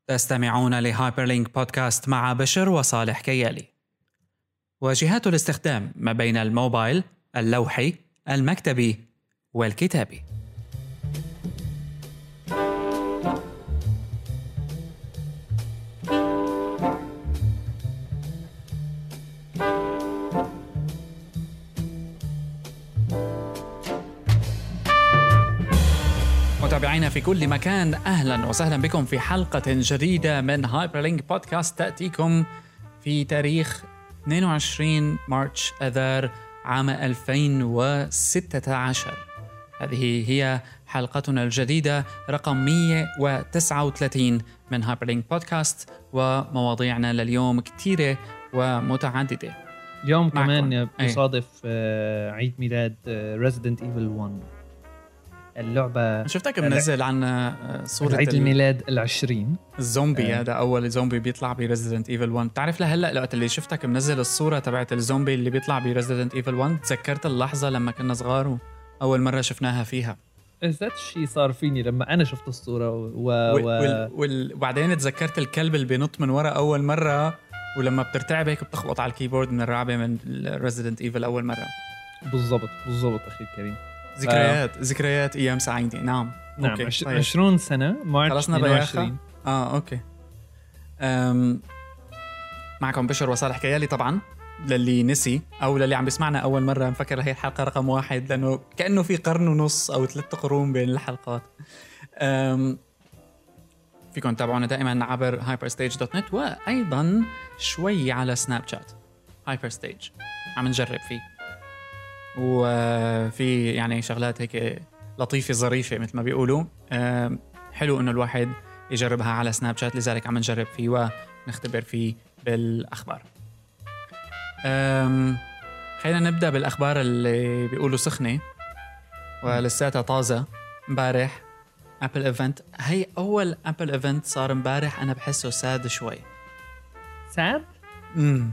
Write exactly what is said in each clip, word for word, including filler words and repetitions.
تستمعون لهايبرلينك بودكاست مع بشر وصالح كيالي. واجهات الاستخدام ما بين الموبايل، اللوحي، المكتبي والكتابي. متابعينا في كل مكان، أهلا وسهلا بكم في حلقة جديدة من هايبرلينك بودكاست تأتيكم في تاريخ اثنين وعشرين مارس أذار عام ألفين وستة عشر. هذه هي حلقتنا الجديدة رقم مئة وتسعة وثلاثين من هايبرلينك بودكاست، ومواضيعنا لليوم كثيرة ومتعددة. اليوم كمان بيصادف آه عيد ميلاد آه Resident Evil واحد، اللعبة. شفتك منزل عن صورة عيد الميلاد العشرين الزومبي. آه. هذا أول زومبي بيطلع بريزيدنت إيفل واحد. تعرف لهلأ لقيت اللي شفتك منزل الصورة تبعت الزومبي اللي بيطلع بريزيدنت إيفل واحد، تذكرت اللحظة لما كنا صغار وأول مرة شفناها فيها. ذات الشيء صار فيني لما أنا شفت الصورة و... و... وال... وال... وبعدين تذكرت الكلب اللي بينط من وراء أول مرة، ولما بترتعب هيك بتخبط على الكيبورد من الرعبة من ريزيدنت إيفل أول مرة. بالضبط بالضبط أخي الكريم. ذكريات آه. ذكريات أيام سعيدة. نعم نعم. أوكي. عش... طيب. عشرون سنة مارس خلصنا بياخة. آه أوكي. أم... معكم بشر وصالح كيالي. طبعا للي نسي أو للي عم بيسمعنا أول مرة نفكر هي الحلقة رقم واحد، لأنه كأنه في قرن ونص أو ثلاثة قرون بين الحلقات. أم... فيكم تتابعونا دائما عبر hyperstage دوت نت، وأيضا شوي على سناب شات hyperstage عم نجرب فيه، وفي يعني شغلات هيك لطيفة ظريفة مثل ما بيقولوا. حلو إنه الواحد يجربها على سناب شات، لذلك عم نجرب فيه ونختبر فيه بالأخبار. خلينا نبدأ بالأخبار اللي بيقولوا سخنة ولساتها طازة. مبارح أبل إيفنت، هي أول أبل إيفنت صار مبارح. أنا بحسه ساد شوي. ساد؟ امم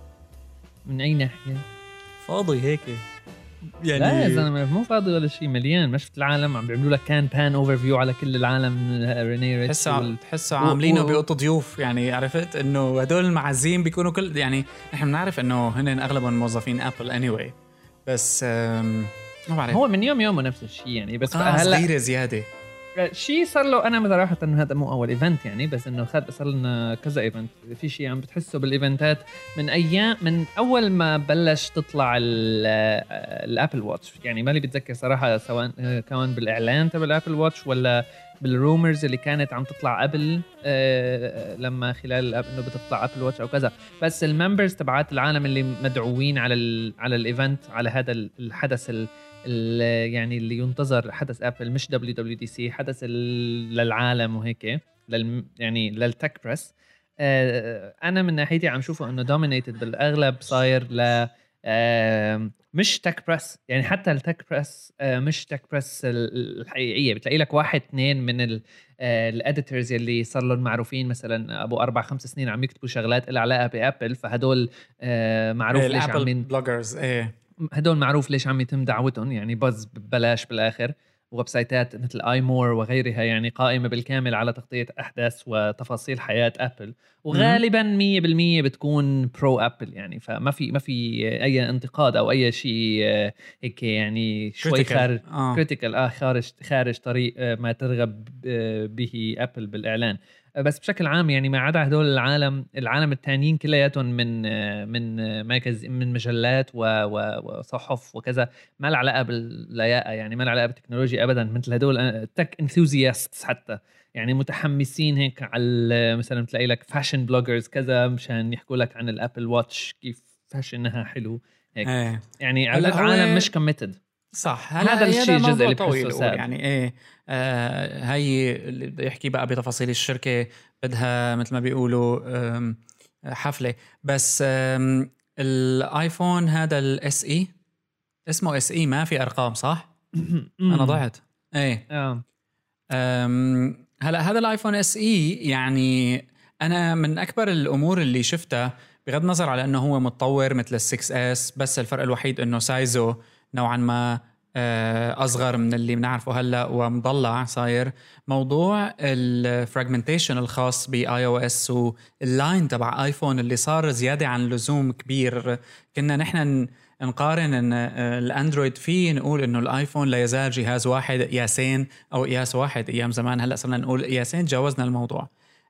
من أي ناحية؟ فاضي هيك يعني. لا يا زلمة مو فاضي ولا شيء، مليان. ما شفت العالم عم بيعملوا لك كان بان اوفر فيو على كل العالم. ريني ريتش وال... تحسوا عاملينه بيقطوا ضيوف، يعني عرفت انه هدول المعازيم بيكونوا كل يعني نحن بنعرف انه هن اغلبهم موظفين ابل اني anyway. بس ما بعرف، هو من يوم يومه نفس الشيء يعني. بس آه هلا صغيره زياده شيء صار له. انا صراحه انه هذا مو اول ايفنت يعني، بس انه خد صار لنا كذا ايفنت. في شيء عم بتحسه بالايفنتات من ايام من اول ما بلش تطلع الابل واتش يعني. مالي بتذكر صراحه سواء كان بالاعلان تبع الابل واتش ولا بالرومرز اللي كانت عم تطلع قبل آه لما خلال انه بتطلع ابل واتش او كذا. بس الممبرز تبعات العالم اللي مدعوين على ال على الايفنت، على هذا الحدث ال يعني اللي ينتظر، حدث ابل مش دبليو دبليو دي سي، حدث للعالم وهيك لل يعني للتك بريس. آه انا من ناحيتي عم شوفه انه دومينيتد بالاغلب صاير ل آه مش تك بريس يعني. حتى التك بريس آه مش تك بريس الحقيقيه. بتلاقي لك واحد اثنين من الاديتورز اللي صار لهم معروفين، مثلا ابو اربع خمس سنين عم يكتبوا شغلات لها علاقه بابل، فهدول آه معروف ليش عم بلوجرز. ايه هدول معروف ليش عم يتم دعوتهم يعني. بز ببلاش بالاخر. ويب سايتات مثل اي مور وغيرها يعني قائمه بالكامل على تغطيه احداث وتفاصيل حياه ابل، وغالبا مية بالمية بتكون برو ابل يعني. فما في ما في اي انتقاد او اي شيء هيك يعني شوي خارج كريتيكال اه خارج خارج طريق ما ترغب به ابل بالاعلان. بس بشكل عام يعني ما عدا هدول العالم العالم التانيين كلياتهم من من ماجز من مجلات وصحف وكذا، ما له علاقه باللياقه يعني، ما له علاقه بالتكنولوجيا ابدا. مثل هدول التك انثوزياستس حتى يعني متحمسين هيك على مثلا تلاقي لك فاشن بلوجرز كذا مشان يحكوا لك عن الابل واتش كيف فاشنها حلو هيك ايه. يعني. عدد عالم مش كوميتد. صح. هذا الشيء الجزء اللي طويل يعني ايه. آه هي اللي بده يحكي بقى بتفاصيل الشركه، بدها مثل ما بيقولوا حفله. بس الايفون هذا الاس اي اسمه اس اي، ما في ارقام صح؟ انا ضعت. ايه اه هلا هذا الايفون اس اي يعني انا من اكبر الامور اللي شفتها، بغض النظر على انه هو متطور مثل السكس اس، بس الفرق الوحيد انه سايزه نوعا ما أصغر من اللي بنعرفه هلأ ومضلع صاير موضوع الفراجمنتيشن الخاص باي او اس واللاين تبع ايفون اللي صار زيادة عن اللزوم كبير. كنا نحن نقارن ان الاندرويد فيه نقول انه الايفون لا يزال جهاز واحد قياسين او قياس واحد ايام زمان، هلأ صرنا نقول قياسين، تجاوزنا الموضوع.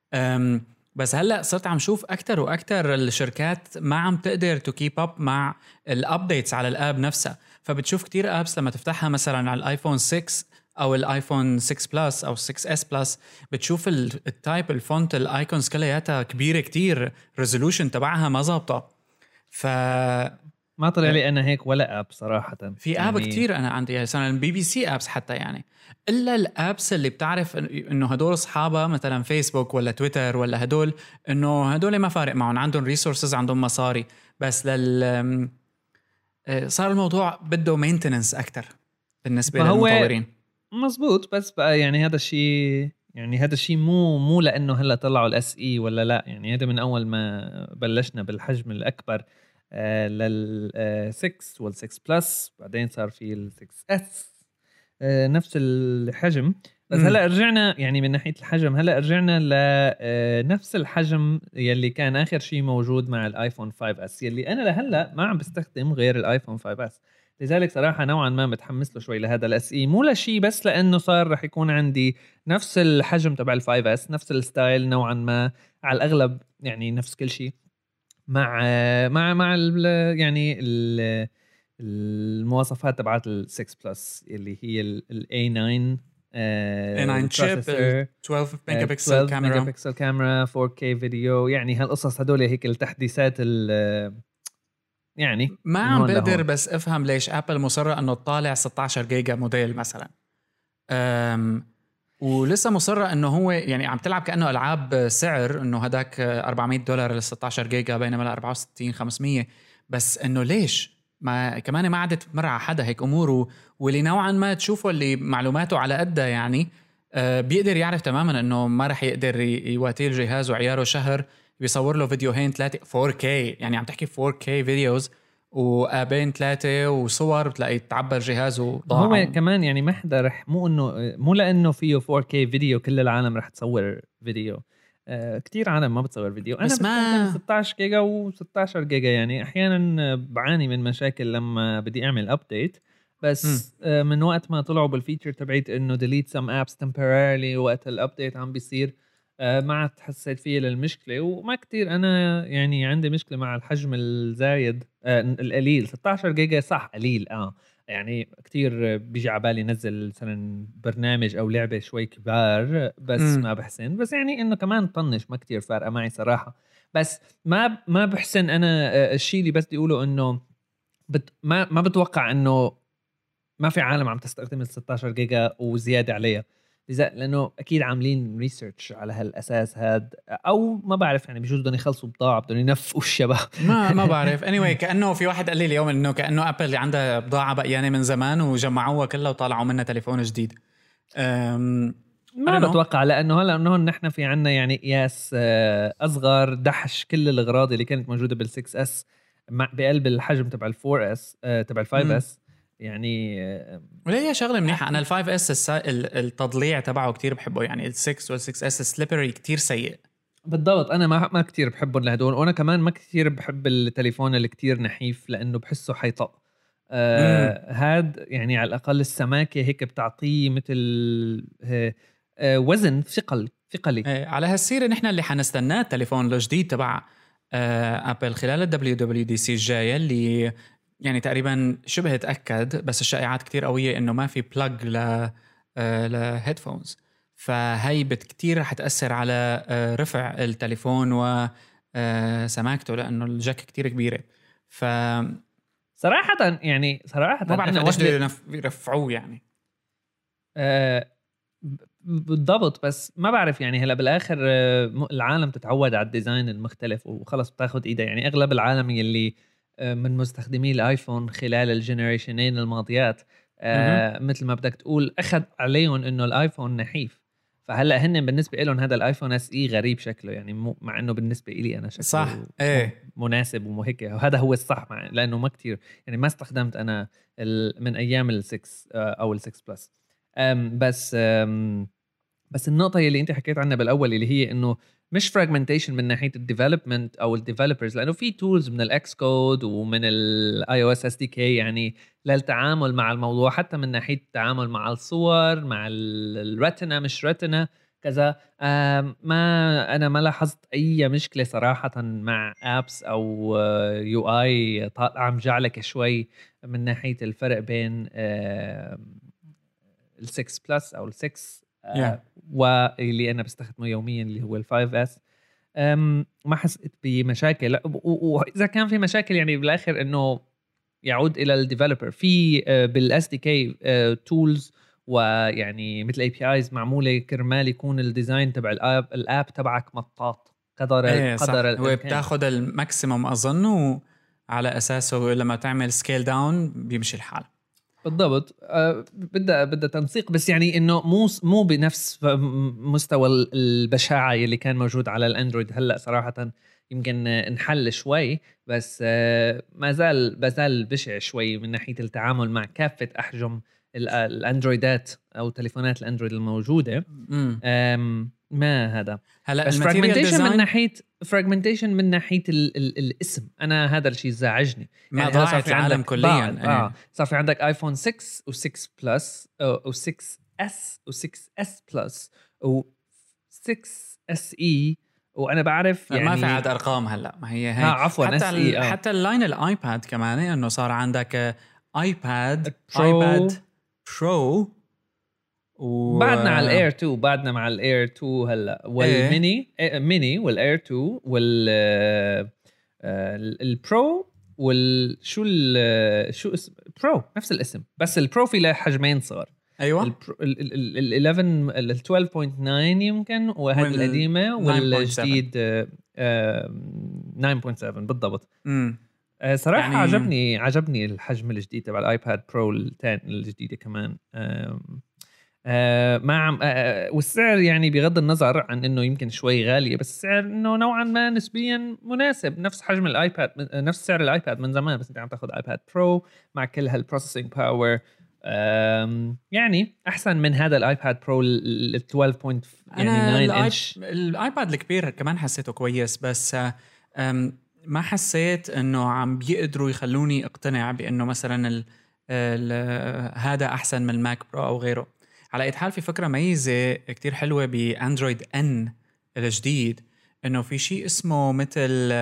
بس هلأ صرت عم شوف أكتر وأكتر الشركات ما عم تقدر تو كيب اب مع الابديتس على الاب نفسها، فبتشوف كتير ابس لما تفتحها مثلا على الايفون ستة او الايفون ستة بلس او ستة اس بلس بتشوف التايب الفونت الايكونز كلياتها كبيرة كتير، ريزولوشن تبعها ما ظابطة. ف ما طلع لي انا هيك ولا اب صراحه. في اب يعني كتير انا عندي مثلا البي بي سي ابس حتى يعني، الا الابس اللي بتعرف انه هدول اصحابها مثلا فيسبوك ولا تويتر ولا هدول انه هدول ما فارق معهم، عندهم ريسورسز عندهم مصاري، بس لل صار الموضوع بده مينتننس اكتر بالنسبه للمطورين. مزبوط، بس بقى يعني هذا الشيء يعني هذا الشيء مو مو لانه هلا طلعوا الاس اي ولا لا، يعني هذا من اول ما بلشنا بالحجم الاكبر آه لل ستة وال ستة بلس، بعدين صار في ال ستة اس آه نفس الحجم، بس م. هلا رجعنا يعني من ناحيه الحجم هلا رجعنا لنفس الحجم يلي كان اخر شيء موجود مع الايفون خمسة اس، يلي انا لهلا ما عم بستخدم غير الايفون خمسة اس. لذلك صراحه نوعا ما متحمس له شوي لهذا الاس اي، مو لشيء بس لانه صار رح يكون عندي نفس الحجم تبع الخمسة اس، نفس الستايل نوعا ما على الاغلب، يعني نفس كل شيء مع مع مع ال يعني ال المواصفات تبعت ال ستة بلس اللي هي ال إيه تسعة إيه تسعة شيب، اثناشر ميجا بكسل كاميرا، ميجا بكسل كاميرا، فور كي فيديو، يعني هالقصص هدول هيك التحديثات ال يعني ما عم بقدر بس افهم ليش ابل مصره انه تطالع ستة عشر جيجا موديل مثلا، أم ولسه مصره انه هو يعني عم تلعب كانه العاب سعر انه هداك أربعمية دولار ل ستة عشر جيجا بينما ال أربعة وستين خمسمية، بس انه ليش ما كمان ما عادت تمر على حدا هيك اموره، واللي نوعا ما تشوفه اللي معلوماته على قدها يعني أه بيقدر يعرف تماما انه ما رح يقدر يواتي الجهاز وعياره شهر بيصور له فيديوهين ثلاثه فور كي، يعني عم تحكي فور كي فيديوز وابين ثلاثه وصور بتلاقي تعبر جهاز وضاع. هو كمان يعني ما حدا رح مو انه مو لانه فيه فور كي فيديو كل العالم رح تصور فيديو، آه كتير عالم ما بتصور فيديو. انا بس ما ستة عشر جيجا و16 جيجا، يعني احيانا بعاني من مشاكل لما بدي اعمل ابديت، بس آه من وقت ما طلعوا بالفيتشر تبعيت انه delete some apps temporarily وقت الابديت عم بيصير آه ما عاد حسيت فيه للمشكله، وما كتير انا يعني عندي مشكله مع الحجم الزايد آه القليل. ستة عشر جيجا صح قليل اه يعني كتير بيجي على بالي نزل مثلا برنامج او لعبه شوي كبار بس م. ما بحسن، بس يعني انه كمان طنش ما كتير فارقه معي صراحه، بس ما ما بحسن انا الشيء اللي بس بدي اقوله انه بت ما ما بتوقع انه ما في عالم عم تستخدم ال ستة عشر جيجا وزياده عليها، لانه اكيد عاملين ريسيرش على هالاساس هاد، او ما بعرف يعني بجوز بدهم يخلصوا بضاعه بدهم ينفقوا الشباب ما ما بعرف anyway كانه في واحد قال لي اليوم انه كانه ابل عندها بضاعه بقيانه من زمان وجمعوها كلها وطلعوا منها تليفون جديد. ما بتوقع لانه هلا انه نحن في عنا يعني قياس اصغر دحش كل الاغراض اللي كانت موجوده بال ستة اس بقلب الحجم تبع ال فور اس تبع ال فايف اس يعني. ولا هي شغله منيحه. انا ال فايف اس التضليع تبعه كتير بحبه، يعني ال ستة وال ستة اس سليبري كتير سيء. بالضبط، انا ما ما كتير بحبهم لهدول، وانا كمان ما كتير بحب التليفون اللي كتير نحيف لانه بحسه حيطق. آه هاد يعني على الاقل السماكه هيك بتعطيه مثل آه آه وزن ثقل ثقلي. آه على هالسيره نحن اللي حنستناه التليفون الجديد تبع آه ابل خلال الدبليو دبليو دي سي الجايه، اللي يعني تقريبا شبه تأكد بس الشائعات كتير قوية إنه ما في بلاج ل لهيدفونز، فهي بكتير رح تأثر على رفع التليفون وسماكته لأنه الجاك كتير كبيرة. ف صراحة يعني صراحة ما بعرف ليش بده يرفعوه يعني. آه بالضبط، بس ما بعرف يعني هلا بالاخر العالم تتعود على الديزاين المختلف وخلص بتاخد ايدها، يعني اغلب العالم يلي من مستخدمي الايفون خلال الجنريشنين الماضيات آه مثل ما بدك تقول اخذ عليهم انه الايفون نحيف، فهلا هن بالنسبه لهم هذا الايفون اس اي غريب شكله يعني، مو مع انه بالنسبه لي انا شكله صح ايه مناسب وهيك، وهذا هو الصح مع لانه ما كتير يعني ما استخدمت انا من ايام السكس او السكس بلس. بس بس النقطه اللي انت حكيت عنها بالاول اللي هي انه مش فراجمنتيشن من ناحيه الديفلوبمنت او الديفلوبرز، لانه في تولز من الاكس كود ومن الاي او اس اس دي كي يعني للتعامل مع الموضوع، حتى من ناحيه التعامل مع الصور مع الريتنا مش ريتنا كذا. ما انا ما لاحظت اي مشكله صراحه مع ابس او يو اي طالعه مجعلك شوي من ناحيه الفرق بين السكس بلس او السكس yeah. واللي انا بستخدمه يوميا اللي هو الفايف اس. ما حسيت بمشاكل، واذا كان في مشاكل يعني بالاخر انه يعود الى الديفلوبر. في بالاس دي كي تولز ويعني مثل اي بي ايز معموله كرمال يكون الديزاين تبع الاب الاب تبعك مطاط قدر ايه قدر هو بتاخذ الماكسيموم اظن، وعلى اساسه لما تعمل سكيل داون بيمشي الحال بالضبط. أه بدها بدها تنسيق، بس يعني انه مو مو بنفس مستوى البشاعه اللي كان موجود على الاندرويد. هلا صراحه يمكن انحل شوي، بس أه ما زال بزال بشع شوي من ناحيه التعامل مع كافه احجم الاندرويدات او تليفونات الاندرويد الموجوده. ما هذا هلا بس فراجمنتيشن من ناحيه فراجمنتيشن من ناحيه ال ال الاسم. انا هذا الشيء زعجني. ما يعني ضاعت العالم كليا. اه صار في عندك ايفون ستة و6 بلس و6 اس و6 اس بلس و6 اس اي، وانا بعرف يعني ما في عاد ارقام هلا. ما هي هي عفوا حتى ال آه. حتى اللاين الايباد كمان انه صار عندك ايباد برو. ايباد برو و... بعدنا على الاير تو، بعدنا مع الاير تو هلا والميني إيه؟ ميني والاير تو وال البرو والشو شو اسم برو نفس الاسم، بس البرو في له حجمين صغار. ايوه ال إحدى عشر ال اثناشر فاصلة تسعة يمكن، وهذه القديمه والجديد تسعة فاصلة سبعة بالضبط. امم صراحه يعني عجبني عجبني الحجم الجديد تبع الايباد برو الثاني الجديده كمان. آه ما عم آه والسعر يعني بغض النظر عن انه يمكن شوي غاليه، بس السعر انه نوعا ما نسبيا مناسب، نفس حجم الايباد نفس سعر الايباد من زمان، بس انت عم تاخذ ايباد برو مع كل هالبروسيسنج باور. يعني احسن من هذا الايباد برو ال اثناشر بوينت يعني تسعة انش. الايباد الكبير كمان حسيته كويس، بس ما حسيت انه عم بيقدروا يخلوني اقتنع بانه مثلا ال ال هذا احسن من الماك برو او غيره. على اي حال في فكره ميزه كتير حلوه باندرويد ان الجديد، انه في شيء اسمه مثل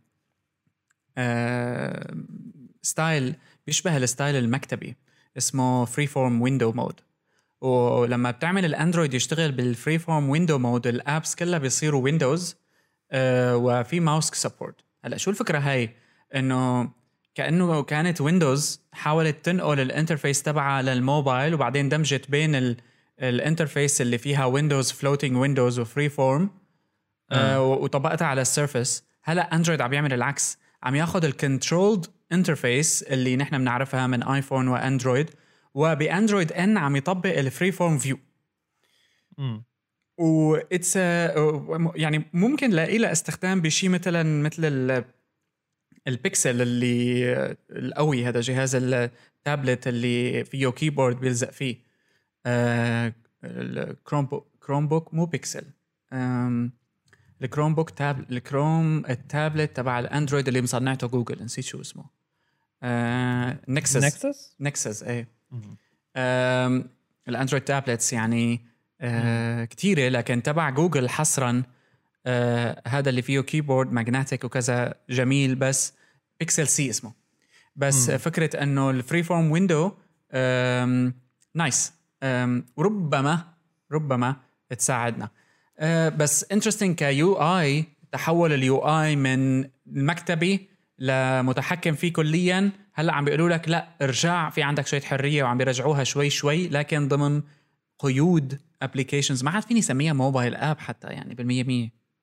ستايل بيشبه الستايل المكتبي اسمه فري فورم ويندو مود، ولما بتعمل الاندرويد يشتغل بالفري فورم ويندو مود الابس كلها بيصيروا ويندوز وفي ماوس سبورت. هلا شو الفكره هاي؟ انه كأنه كانت ويندوز حاولت تنقل الانترفيس تبعها للموبايل، وبعدين دمجت بين الانترفيس اللي فيها ويندوز فلوتينج ويندوز وفري فورم آه. وطبقتها على السيرفس. هلا اندرويد عم يعمل العكس، عم ياخذ الكنترولد انترفيس اللي نحن بنعرفها من ايفون واندرويد، وباندرويد ان عم يطبق الفري فورم فيو. امم و اتس يعني ممكن لاقي له استخدام بشيء مثلا مثل البيكسل اللي القوي، هذا جهاز التابلت اللي فيه كيبورد بيلزق فيه. آه الكروم بوك كروم بوك مو بيكسل، الكروم بوك تاب الكروم التابلت تبع الاندرويد اللي مصنعته جوجل، نسيت شو اسمه. آه نكسس نكسس نكسس ايه. الاندرويد تابلتس يعني آه كتيره، لكن تبع جوجل حصرا آه هذا اللي فيه كيبورد ماجنتيك وكذا جميل، بس بيكسل سي اسمه. بس مم. فكرة انه الفري فورم ويندو نايس، وربما ربما تساعدنا. أه بس انترستينج كيو اي، تحول اليو اي من المكتبي لمتحكم فيه كليا. هلا عم بيقولوا لك لا ارجع، في عندك شوية حرية، وعم بيرجعوها شوي شوي لكن ضمن قيود ابليكيشنز. ما عاد فيني سميها موبايل اب حتى يعني بالمية مية.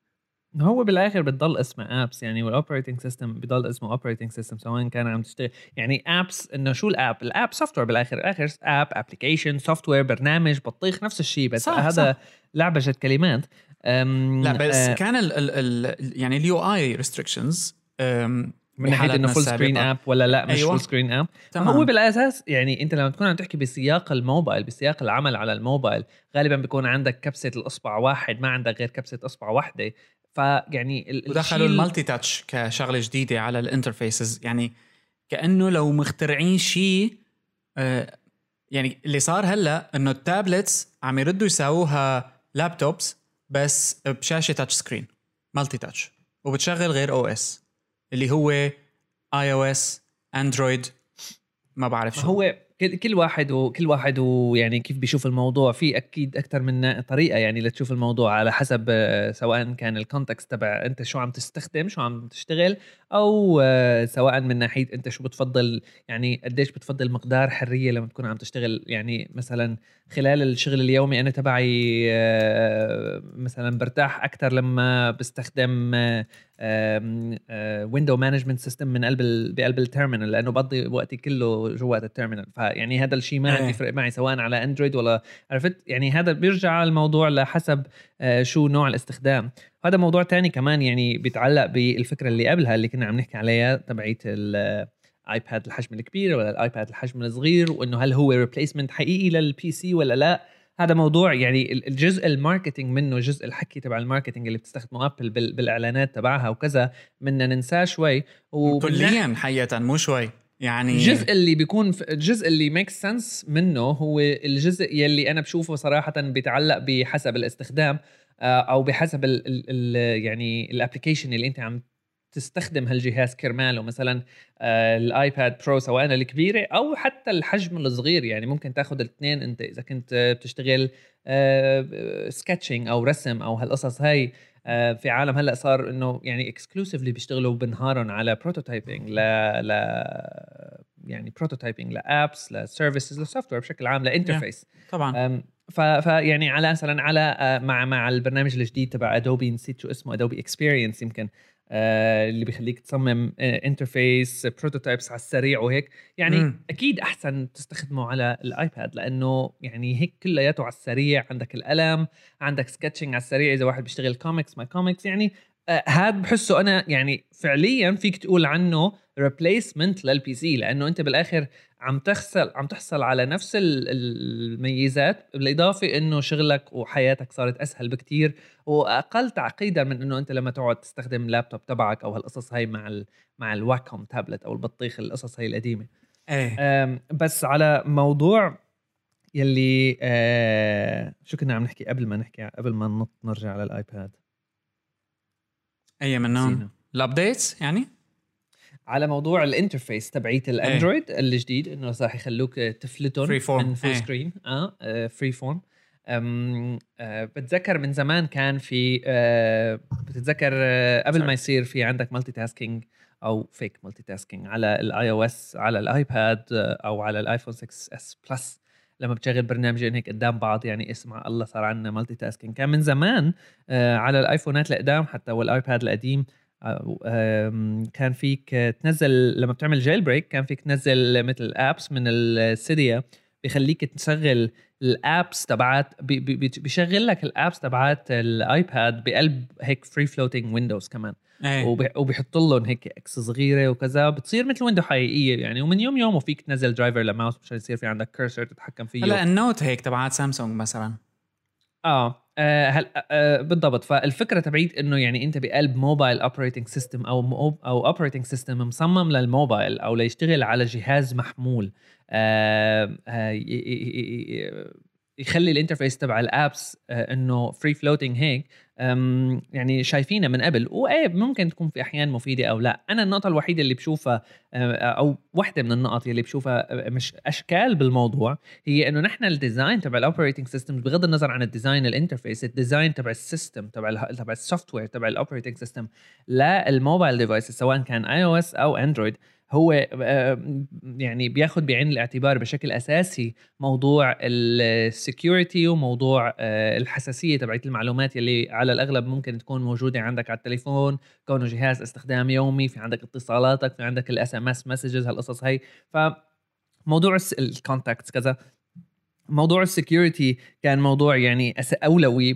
هو بالاخر بتضل اسمه ابس يعني، والاوبريتنج سيستم بضل اسمه اوبريتنج سيستم سواء كان عم تشتغل يعني ابس. انه شو الاب؟ الاب سوفت وير بالاخر، اخر اب ابلكيشن سوفت وير برنامج بطيخ نفس الشيء، بس صح هذا صح. لعبه كلمات. لا بس آه كان ال ال ال يعني اليو اي ريستريكشنز من ناحيه انه فول سكرين اب ولا لا، مش أيوة. فول سكرين اب. تمام. هو بالاساس يعني انت لما تكون عم تحكي بسياق الموبايل، بسياق العمل على الموبايل، غالبا بيكون عندك كبسه الاصبع واحد، ما عندك غير كبسه اصبع واحده. فيعني ال- ودخلوا الشيء المالتي تاتش كشغله جديده على الانترفيسز، يعني كانه لو مخترعين شيء. آه يعني اللي صار هلا انه التابلتس عم يردوا يساووها لابتوبس بس بشاشه تاتش سكرين مالتي تاتش، وبتشغل غير او اس اللي هو اي او اس اندرويد ما بعرف شو. هو كل كل واحد وكل واحد ويعني كيف بيشوف الموضوع. في اكيد اكثر من طريقه يعني لتشوف الموضوع، على حسب آه، سواء كان الكونتكست تبع انت شو عم تستخدم، شو عم تشتغل، او آه، سواء من ناحيه انت شو بتفضل، يعني قديش بتفضل مقدار حريه لما تكون عم تشتغل. يعني مثلا خلال الشغل اليومي انا تبعي آه، مثلا برتاح اكثر لما بستخدم ويندو مانجمنت سيستم من قلب بقلب التيرمينال، لانه بقضي وقتي كله جوات التيرمينال. فيعني هذا الشيء ما عندي فرق معي سواء على اندرويد ولا عرفت. يعني هذا بيرجع الموضوع لحسب آه، شو نوع الاستخدام. هذا موضوع تاني كمان يعني بيتعلق بالفكره اللي قبلها اللي كنا عم نحكي عليها تبعيت الايباد الحجم الكبير ولا الايباد الحجم الصغير، وانه هل هو ريبليسمنت حقيقي للبي سي ولا لا. هذا موضوع يعني الجزء الماركتينج منه، جزء الحكي تبع الماركتينج اللي بتستخدمه ابل بالاعلانات تبعها وكذا، بدنا ننساه شوي. كليا حقيقه مو شوي يعني. الجزء اللي بيكون الجزء اللي ميك سنس منه هو الجزء يلي انا بشوفه صراحه بيتعلق بحسب الاستخدام او بحسب ال ال يعني الابلكيشن اللي انت عم تستخدم هالجهاز كرماله. مثلا الايباد برو سواء الكبيره او حتى الحجم الصغير، يعني ممكن تاخذ الاثنين انت اذا كنت بتشتغل سكتشنج او رسم او هالقصص هاي. في عالم هلا صار انه يعني اكسكلوسيفلي بيشتغلوا بنهارهم على بروتوتايبنج ل ل يعني بروتوتايبنج لابس لسيرفيسز لسوفت وير بشكل عام لانترفيس. طبعا ف فيعني على مثلا على مع مع البرنامج الجديد تبع ادوبي، نسيت شو اسمه، ادوبي اكسبيرينس يمكن، آه اللي بيخليك تصمم انترفيس بروتوتايبس على السريع وهيك. يعني م. اكيد احسن تستخدمه على الايباد لانه يعني هيك كلياته على السريع. عندك القلم، عندك سكتشنج على السريع اذا واحد بيشتغل كوميكس ما كوميكس. يعني آه هذا بحسه انا يعني فعليا فيك تقول عنه ريبليسمنت للبي سي، لانه انت بالاخر عم تحصل عم تحصل على نفس الميزات، بالاضافه انه شغلك وحياتك صارت اسهل بكتير واقل تعقيدا من انه انت لما تقعد تستخدم لابتوب تبعك او هالقصص هاي مع ال مع الواكوم تابلت او البطيخ، القصص هاي القديمه. ايه بس على موضوع يلي آه شو كنا عم نحكي قبل ما نحكي قبل ما ننط نرجع على الايباد؟ اي منهم الابديتس، يعني على موضوع الانترفيس تبعيت الاندرويد ايه. الجديد انه راح يخلوك تفلتون من فول ايه. سكرين اه فري فورم. أم أه بتذكر من زمان كان في أه بتتذكر أه قبل ما يصير في عندك مالتي تاسكينج او فيك مالتي تاسكينج على الاي او اس على الايباد او على الايفون سكس اس بلس، لما بتشغل برنامجين هيك قدام بعض يعني اسمع الله صار عندنا مالتي تاسكينج. كان من زمان أه على الايفونات القدام حتى والايباد القديم كان فيك تنزل لما بتعمل جيل بريك، كان فيك تنزل مثل ابس من السيديا بيخليك تشغل الابس تبعات، بيشغل لك الابس تبعات الايباد بقلب هيك فري فلوتينج ويندوز كمان أيه. وبيحط لهم هيك اكس صغيره وكذا، بتصير مثل ويندو حقيقيه يعني. ومن يوم يوم وفيك تنزل درايفر لماوس مشان يصير في عندك كيرسر تتحكم فيه. هلا النوت هيك تبعات سامسونج مثلا اه, آه هل آه بالضبط. فالفكره تبعيت انه يعني انت بقلب موبايل اوبريتنج سيستم او مو او اوبريتنج سيستم مصمم للموبايل او ليشتغل على جهاز محمول، آه آه يخلي الانترفيس تبع الابس آه انه فري فلوتينج هيك. يعني شايفينها من قبل، وايه ممكن تكون في احيان مفيده او لا. انا النقطه الوحيده اللي بشوفها او واحده من النقط اللي بشوفها مش اشكال بالموضوع هي انه نحن الديزاين تبع الاوبريتنج سيستم بغض النظر عن الديزاين الانترفيس، الديزاين تبع السيستم تبع تبع السوفت وير تبع الاوبريتنج سيستم للموبايل ديفايس سواء كان اي او اس او اندرويد هو يعني بياخد بعين الاعتبار بشكل أساسي موضوع السكيورتي وموضوع الحساسية تبعت المعلومات اللي على الأغلب ممكن تكون موجودة عندك على التليفون، كونه جهاز استخدام يومي، في عندك اتصالاتك، في عندك الاس ام اس مسجز، هالقصص هي. فموضوع الكونتاكتس كذا، موضوع السكيورتي كان موضوع يعني اولوي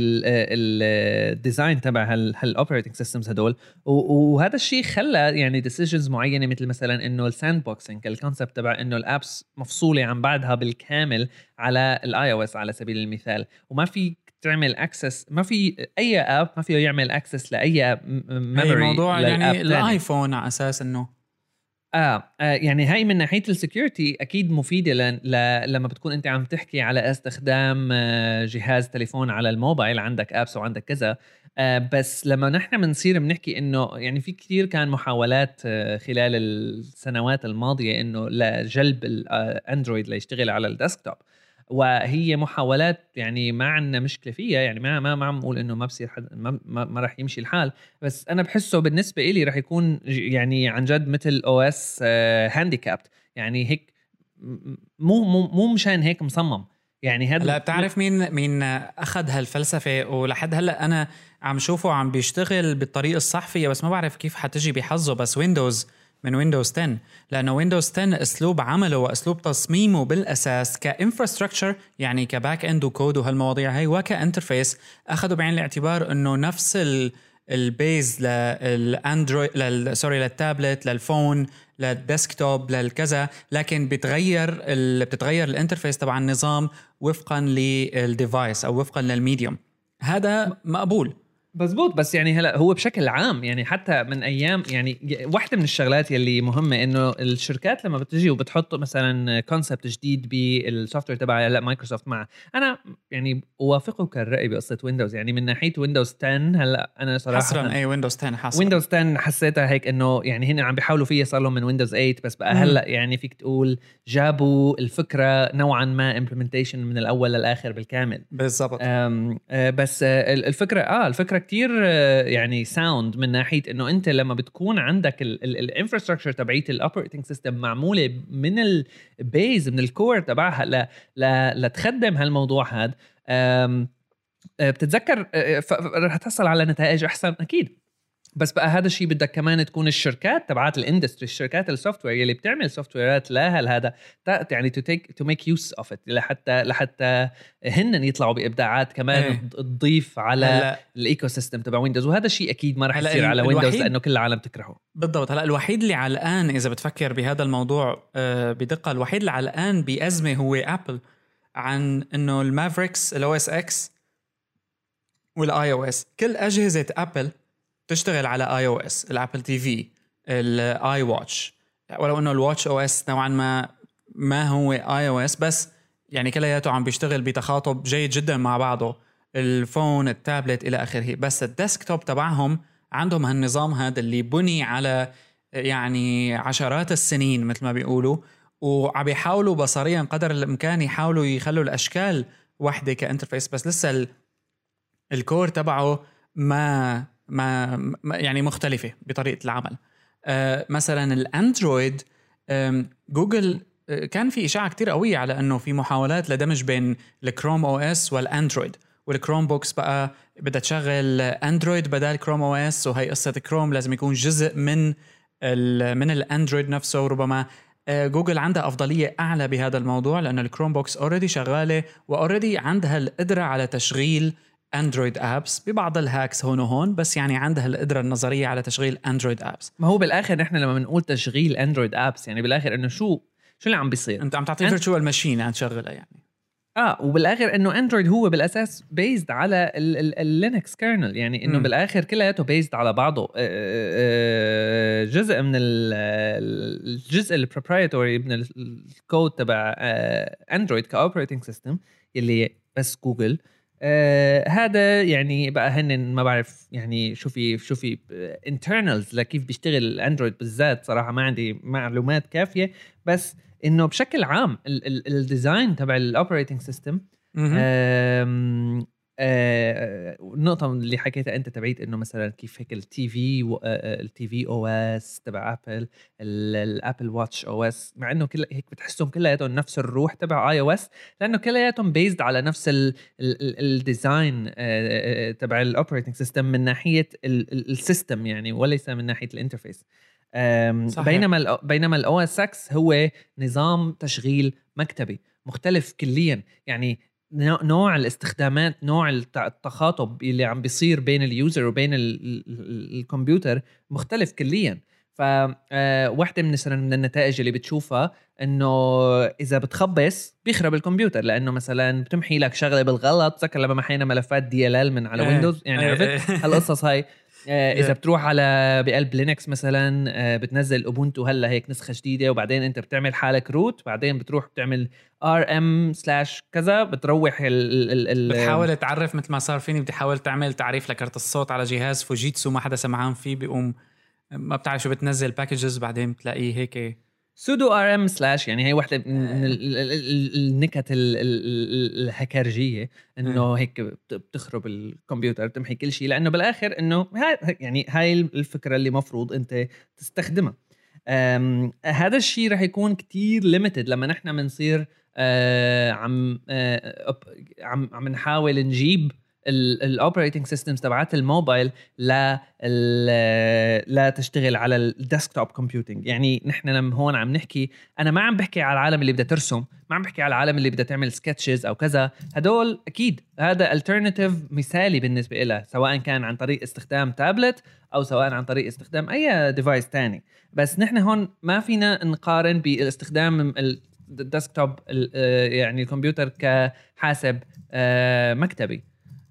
بالديزاين تبع هالاوبريتنج سيستمز هدول، وهذا الشيء خلى يعني ديسيجنز معينه مثل مثلا انه الساند بوكسينج، الكونسبت تبع انه الابس مفصوله عن بعضها بالكامل على الاي او اس على سبيل المثال، وما في تعمل اكسس، ما في اي اب ما فيه يعمل اكسس لاي ميموري. موضوع يعني الايفون على اساس انه آه, اه يعني هاي من ناحيه السكيورتي اكيد مفيده ل... ل... لما بتكون انت عم تحكي على استخدام آه جهاز تليفون على الموبايل، عندك ابس وعندك كذا. آه بس لما نحن بنصير بنحكي انه يعني في كثير كان محاولات آه خلال السنوات الماضيه انه لجلب الاندرويد ليشتغل على الديسكتوب، وهي محاولات يعني ما عندنا مشكله فيها، يعني ما ما ما عم نقول انه ما بصير حد ما, ما, ما راح يمشي الحال، بس انا بحسه بالنسبه إلي راح يكون يعني عن جد مثل او اس هانديكابت، يعني هيك مو مو مو مشان هيك مصمم. يعني هذا لا بتعرف مين مين اخذ هالفلسفه، ولحد هلا انا عم شوفه عم بيشتغل بالطريقه الصح فيها، بس ما بعرف كيف حتجي بحظه. بس ويندوز من ويندوز عشرة، لأنه ويندوز عشرة أسلوب عمله وأسلوب تصميمه بالأساس كإنفراستراكشر، يعني كباك إند وكود وهالمواضيع هاي، وكإنترفيس أخذوا بعين الاعتبار إنه نفس ال البيز للأندرويد لل سوري للتابلت للفون للديسكتوب للكذا، لكن بتغير ال... بتتغير الانترفيس تبع النظام وفقا للديفايس أو وفقا للميديوم. هذا مقبول مزبوط. بس يعني هلا هو بشكل عام يعني حتى من ايام، يعني واحدة من الشغلات يلي مهمه انه الشركات لما بتجي وبتحط مثلا كونسبت جديد بالسوفت وير تبع هلا مايكروسوفت، مع انا يعني اوافقك الراي بقصه ويندوز، يعني من ناحيه ويندوز عشرة هلا انا صراحه حصرا اي ويندوز عشرة حصرا ويندوز عشرة حسيتها هيك انه يعني هن عم بيحاولوا فيها، صار لهم من ويندوز ثمانية، بس بقى مم. هلا يعني فيك تقول جابوا الفكره نوعا ما امبلمنتيشن من الاول للاخر بالكامل بالضبط. بس الفكره اه الفكره كتير يعني ساوند من ناحيه انه انت لما بتكون عندك الانفراستراكشر تبعيت الاوبريتنج سيستم معموله من البيز من الكور تبعها ل لتخدم هالموضوع هذا، بتتذكر رح تحصل على نتائج احسن اكيد. بس بقى هذا الشيء بدك كمان تكون الشركات تبعات الاندستري، الشركات السوفت وير اللي بتعمل سوفت ويرات لها هذا يعني تو تيك تو ميك يوز اوف ات، لحتى لحتى هن يطلعوا بابداعات كمان ايه. تضيف على الايكو سيستم تبع ويندوز، وهذا الشيء اكيد ما راح يصير على ويندوز لانه كل العالم تكرهه. بالضبط. هلا الوحيد اللي على الان اذا بتفكر بهذا الموضوع بدقه، الوحيد اللي على الان بازمه هو ابل، عن انه المافريكس الاو اس اكس والاي او اس، كل اجهزه ابل تشتغل على اي او اس، الابل تي في، الاي واتش، ولو انه الواتش او اس نوعا ما ما هو اي او اس، بس يعني كلياته عم بيشتغل بتخاطب جيد جدا مع بعضه، الفون، التابلت الى اخره. بس الديسكتوب تبعهم عندهم هالنظام هذا اللي بني على يعني عشرات السنين مثل ما بيقولوا، وعم يحاولوا بصريا قدر الامكان يحاولوا يخلوا الاشكال واحده كانترفيس، بس لسه الكور تبعه ما ما يعني مختلفة بطريقة العمل. آه مثلا الأندرويد، آه جوجل آه كان في إشاعة كتير قوية على أنه في محاولات لدمج بين الكروم أو إس والأندرويد، والكروم بوكس بقى بدها تشغل أندرويد بدل كروم أو إس، وهي قصة كروم لازم يكون جزء من من الأندرويد نفسه. وربما آه جوجل عندها أفضلية أعلى بهذا الموضوع لأن الكروم بوكس أوريدي شغالة وأوريدي عندها القدرة على تشغيل اندرويد ابس ببعض الهاكس هون وهون، بس يعني عندها القدره النظريه على تشغيل اندرويد ابس. ما هو بالاخر نحن لما بنقول تشغيل اندرويد ابس يعني بالاخر انه شو شو اللي عم بيصير، انت عم تعطيه فيرتشوال ماشين عم تشغلها يعني. اه وبالاخر انه اندرويد هو بالاساس بيزد على اللينكس كيرنل، يعني انه م. بالاخر كلياته بيزد على بعضه. جزء من الجزء البروبرايتوري من الكود تبع اندرويد كاوبريتنج سيستم اللي بس جوجل، آه هذا يعني بقى هن ما بعرف يعني شو في شو في internals لكيف بيشتغل الاندرويد بالذات، صراحه ما عندي معلومات كافيه، بس انه بشكل عام الديزاين تبع الاوبريتنج سيستم آه النقطة اللي حكيتها أنت تبعيت إنه مثلا كيف هيك التي في التي في او اس تبع ابل الابل واتش او اس، مع إنه كل هيك بتحسهم كلياتهم نفس الروح تبع اي او اس، لأنه كلياتهم بيزد على نفس الديزاين تبع الاوبريتنج سيستم من ناحية السيستم يعني، وليس من ناحية الانترفيس. بينما ال بينما الاو اس اكس هو نظام تشغيل مكتبي مختلف كليا، يعني نوع الاستخدامات، نوع التخاطب اللي عم بيصير بين اليوزر وبين الكمبيوتر مختلف كليا. فواحدة من من النتائج اللي بتشوفها انه اذا بتخبص بيخرب الكمبيوتر، لانه مثلا بتمحي لك شغله بالغلط. تذكر لما محينا ملفات دي ال ال من على ويندوز يعني، عرفت هالقصص هاي. اذا بتروح على بقلب لينكس مثلا بتنزل اوبونتو هلا هيك نسخه جديده، وبعدين انت بتعمل حالك روت، بعدين بتروح بتعمل ار ام سلاش كذا، بتروح ال ال ال بتحاول تعرف مثل ما صار فيني، بدي حاول تعمل تعريف لكارت الصوت على جهاز فوجيتسو ما حدا سمعان فيه، بيقوم ما بتعرف شو بتنزل باكجز، بعدين بتلاقيه هيك سودو ار ام سلاش. يعني هي واحدة من النكت الهكرجية انه هيك بتخرب الكمبيوتر، بتمحي كل شيء، لانه بالاخر انه هاي يعني هاي الفكرة اللي مفروض انت تستخدمها. هذا الشيء رح يكون كتير ليميتد لما نحن منصير عم عم عم نحاول نجيب الاوبريتنج سيستمز تبعات الموبايل لا لا تشتغل على الديسكتوب كومبيوتنج. يعني نحن لما هون عم نحكي، انا ما عم بحكي على العالم اللي بدها ترسم، ما عم بحكي على العالم اللي بدها تعمل سكتشز او كذا، هدول اكيد هذا الترناتيف مثالي بالنسبه لها، سواء كان عن طريق استخدام تابلت او سواء عن طريق استخدام اي ديفايس تاني. بس نحن هون ما فينا نقارن بالاستخدام الديسكتوب يعني الكمبيوتر كحاسب مكتبي.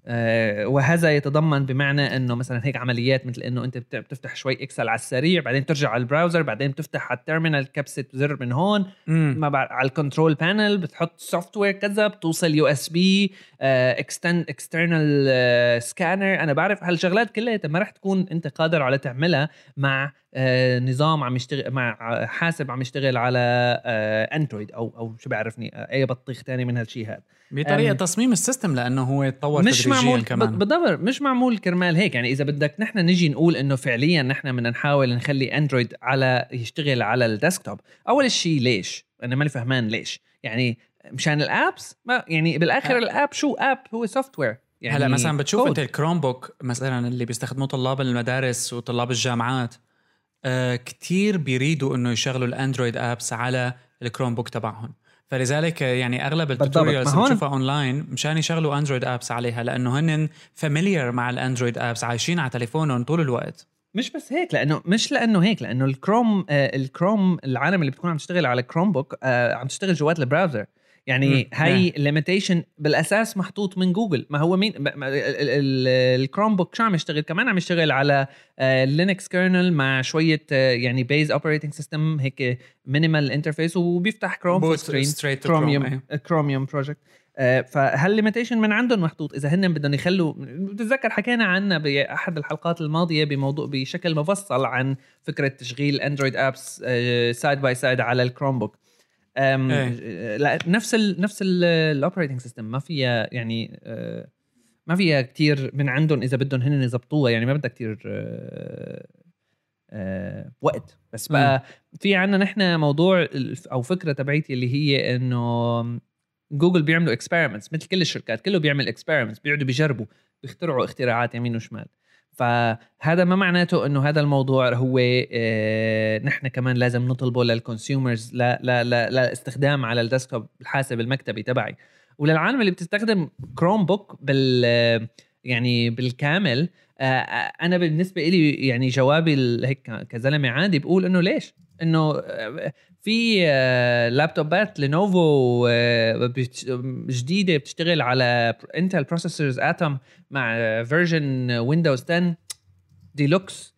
أه وهذا يتضمن بمعنى انه مثلا هيك عمليات مثل انه انت بتفتح شوي اكسل على السريع، بعدين ترجع على البراوزر، بعدين بتفتح على التيرمينال كبسة زر من هون، ما بعد على الكنترول بانل بتحط سوفت وير كذا، بتوصل يو اس بي اكسترن اكسترنال سكانر. انا بعرف هالشغلات كلها ما رح تكون انت قادر على تعملها مع آه نظام عم يشتغل مع حاسب عم يشتغل على آه اندرويد او او شو بعرفني آه اي بطيخ تاني من هالشيء هذا بطريقه تصميم السيستم، لانه هو تطور مش تدريجيا معمول كمان. بالضبط مش معمول كرمال هيك. يعني اذا بدك نحن نجي نقول انه فعليا نحن بدنا نحاول نخلي اندرويد على يشتغل على الديسكتوب، اول شيء ليش انا ماني فهمان ليش؟ يعني مشان الابس، ما يعني بالاخر الاب شو اب؟ هو سوفت وير. يعني هلا مثلا بتشوف انت الكروم بوك مثلا اللي بيستخدموه طلاب المدارس وطلاب الجامعات، آه كتير بيريدوا انه يشغلوا الاندرويد ابس على الكروم بوك تبعهم، فلذلك يعني اغلب التوتوريالز اللي بتشوفها اونلاين مشان يشغلوا اندرويد ابس عليها، لانه هن فاميليار مع الاندرويد ابس، عايشين على تليفونهم طول الوقت. مش بس هيك، لانه مش لانه هيك لانه الكروم آه الكروم العالم اللي بتكون عم تشتغل على كروم بوك آه عم تشتغل جوات البراوزر. يعني هاي ليميتيشن بالاساس محطوط من جوجل. ما هو مين الكروم بوك شو عم يشتغل؟ كمان عم يشتغل على لينكس كيرنل مع شويه يعني بيز اوبريتنج سيستم هيك مينيمال انترفيس، وبيفتح كروم سكرين كروميوم كروميوم بروجكت. فهالليميتيشن من عندهم محطوط. اذا هن بدهم يخلوا، بتتذكر حكينا عنها باحد الحلقات الماضيه بموضوع بشكل مفصل عن فكره تشغيل اندرويد ابس سايد باي سايد على الكروم بوك. ايه. لا نفس ال نفس الاوبريتنج سيستم ما فيها يعني آه ما فيها كتير من عندهم اذا بدهم هن يزبطوها، يعني ما بدها كتير آه آه وقت. بس بقى م. في عنا نحن موضوع او فكره تبعيتي اللي هي انه جوجل بيعملوا اكسبيرمنتس مثل كل الشركات، كله بيعمل اكسبيرمنتس، بيقعدوا بيجربوا بيخترعوا اختراعات يمين وشمال. فهذا ما معناته انه هذا الموضوع هو اه نحن كمان لازم نطلبه للكونسيومرز لا لا لا لا استخدام على الديسكتوب الحاسب المكتبي تبعي. وللعالم اللي بتستخدم كروم بوك بال يعني بالكامل، اه انا بالنسبه لي يعني جوابي هيك كزلمه عادي بقول انه ليش؟ انه في لابتوبات لينوفو جديده بتشتغل على انتل بروسيسورز اتوم مع فيرجن ويندوز عشرة ديلوكس،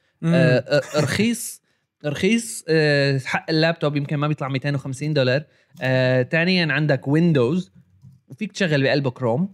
رخيص رخيص حق اللابتوب يمكن ما بيطلع مئتين وخمسين دولار. ثانيا عندك ويندوز وفيك تشغل بقلبه كروم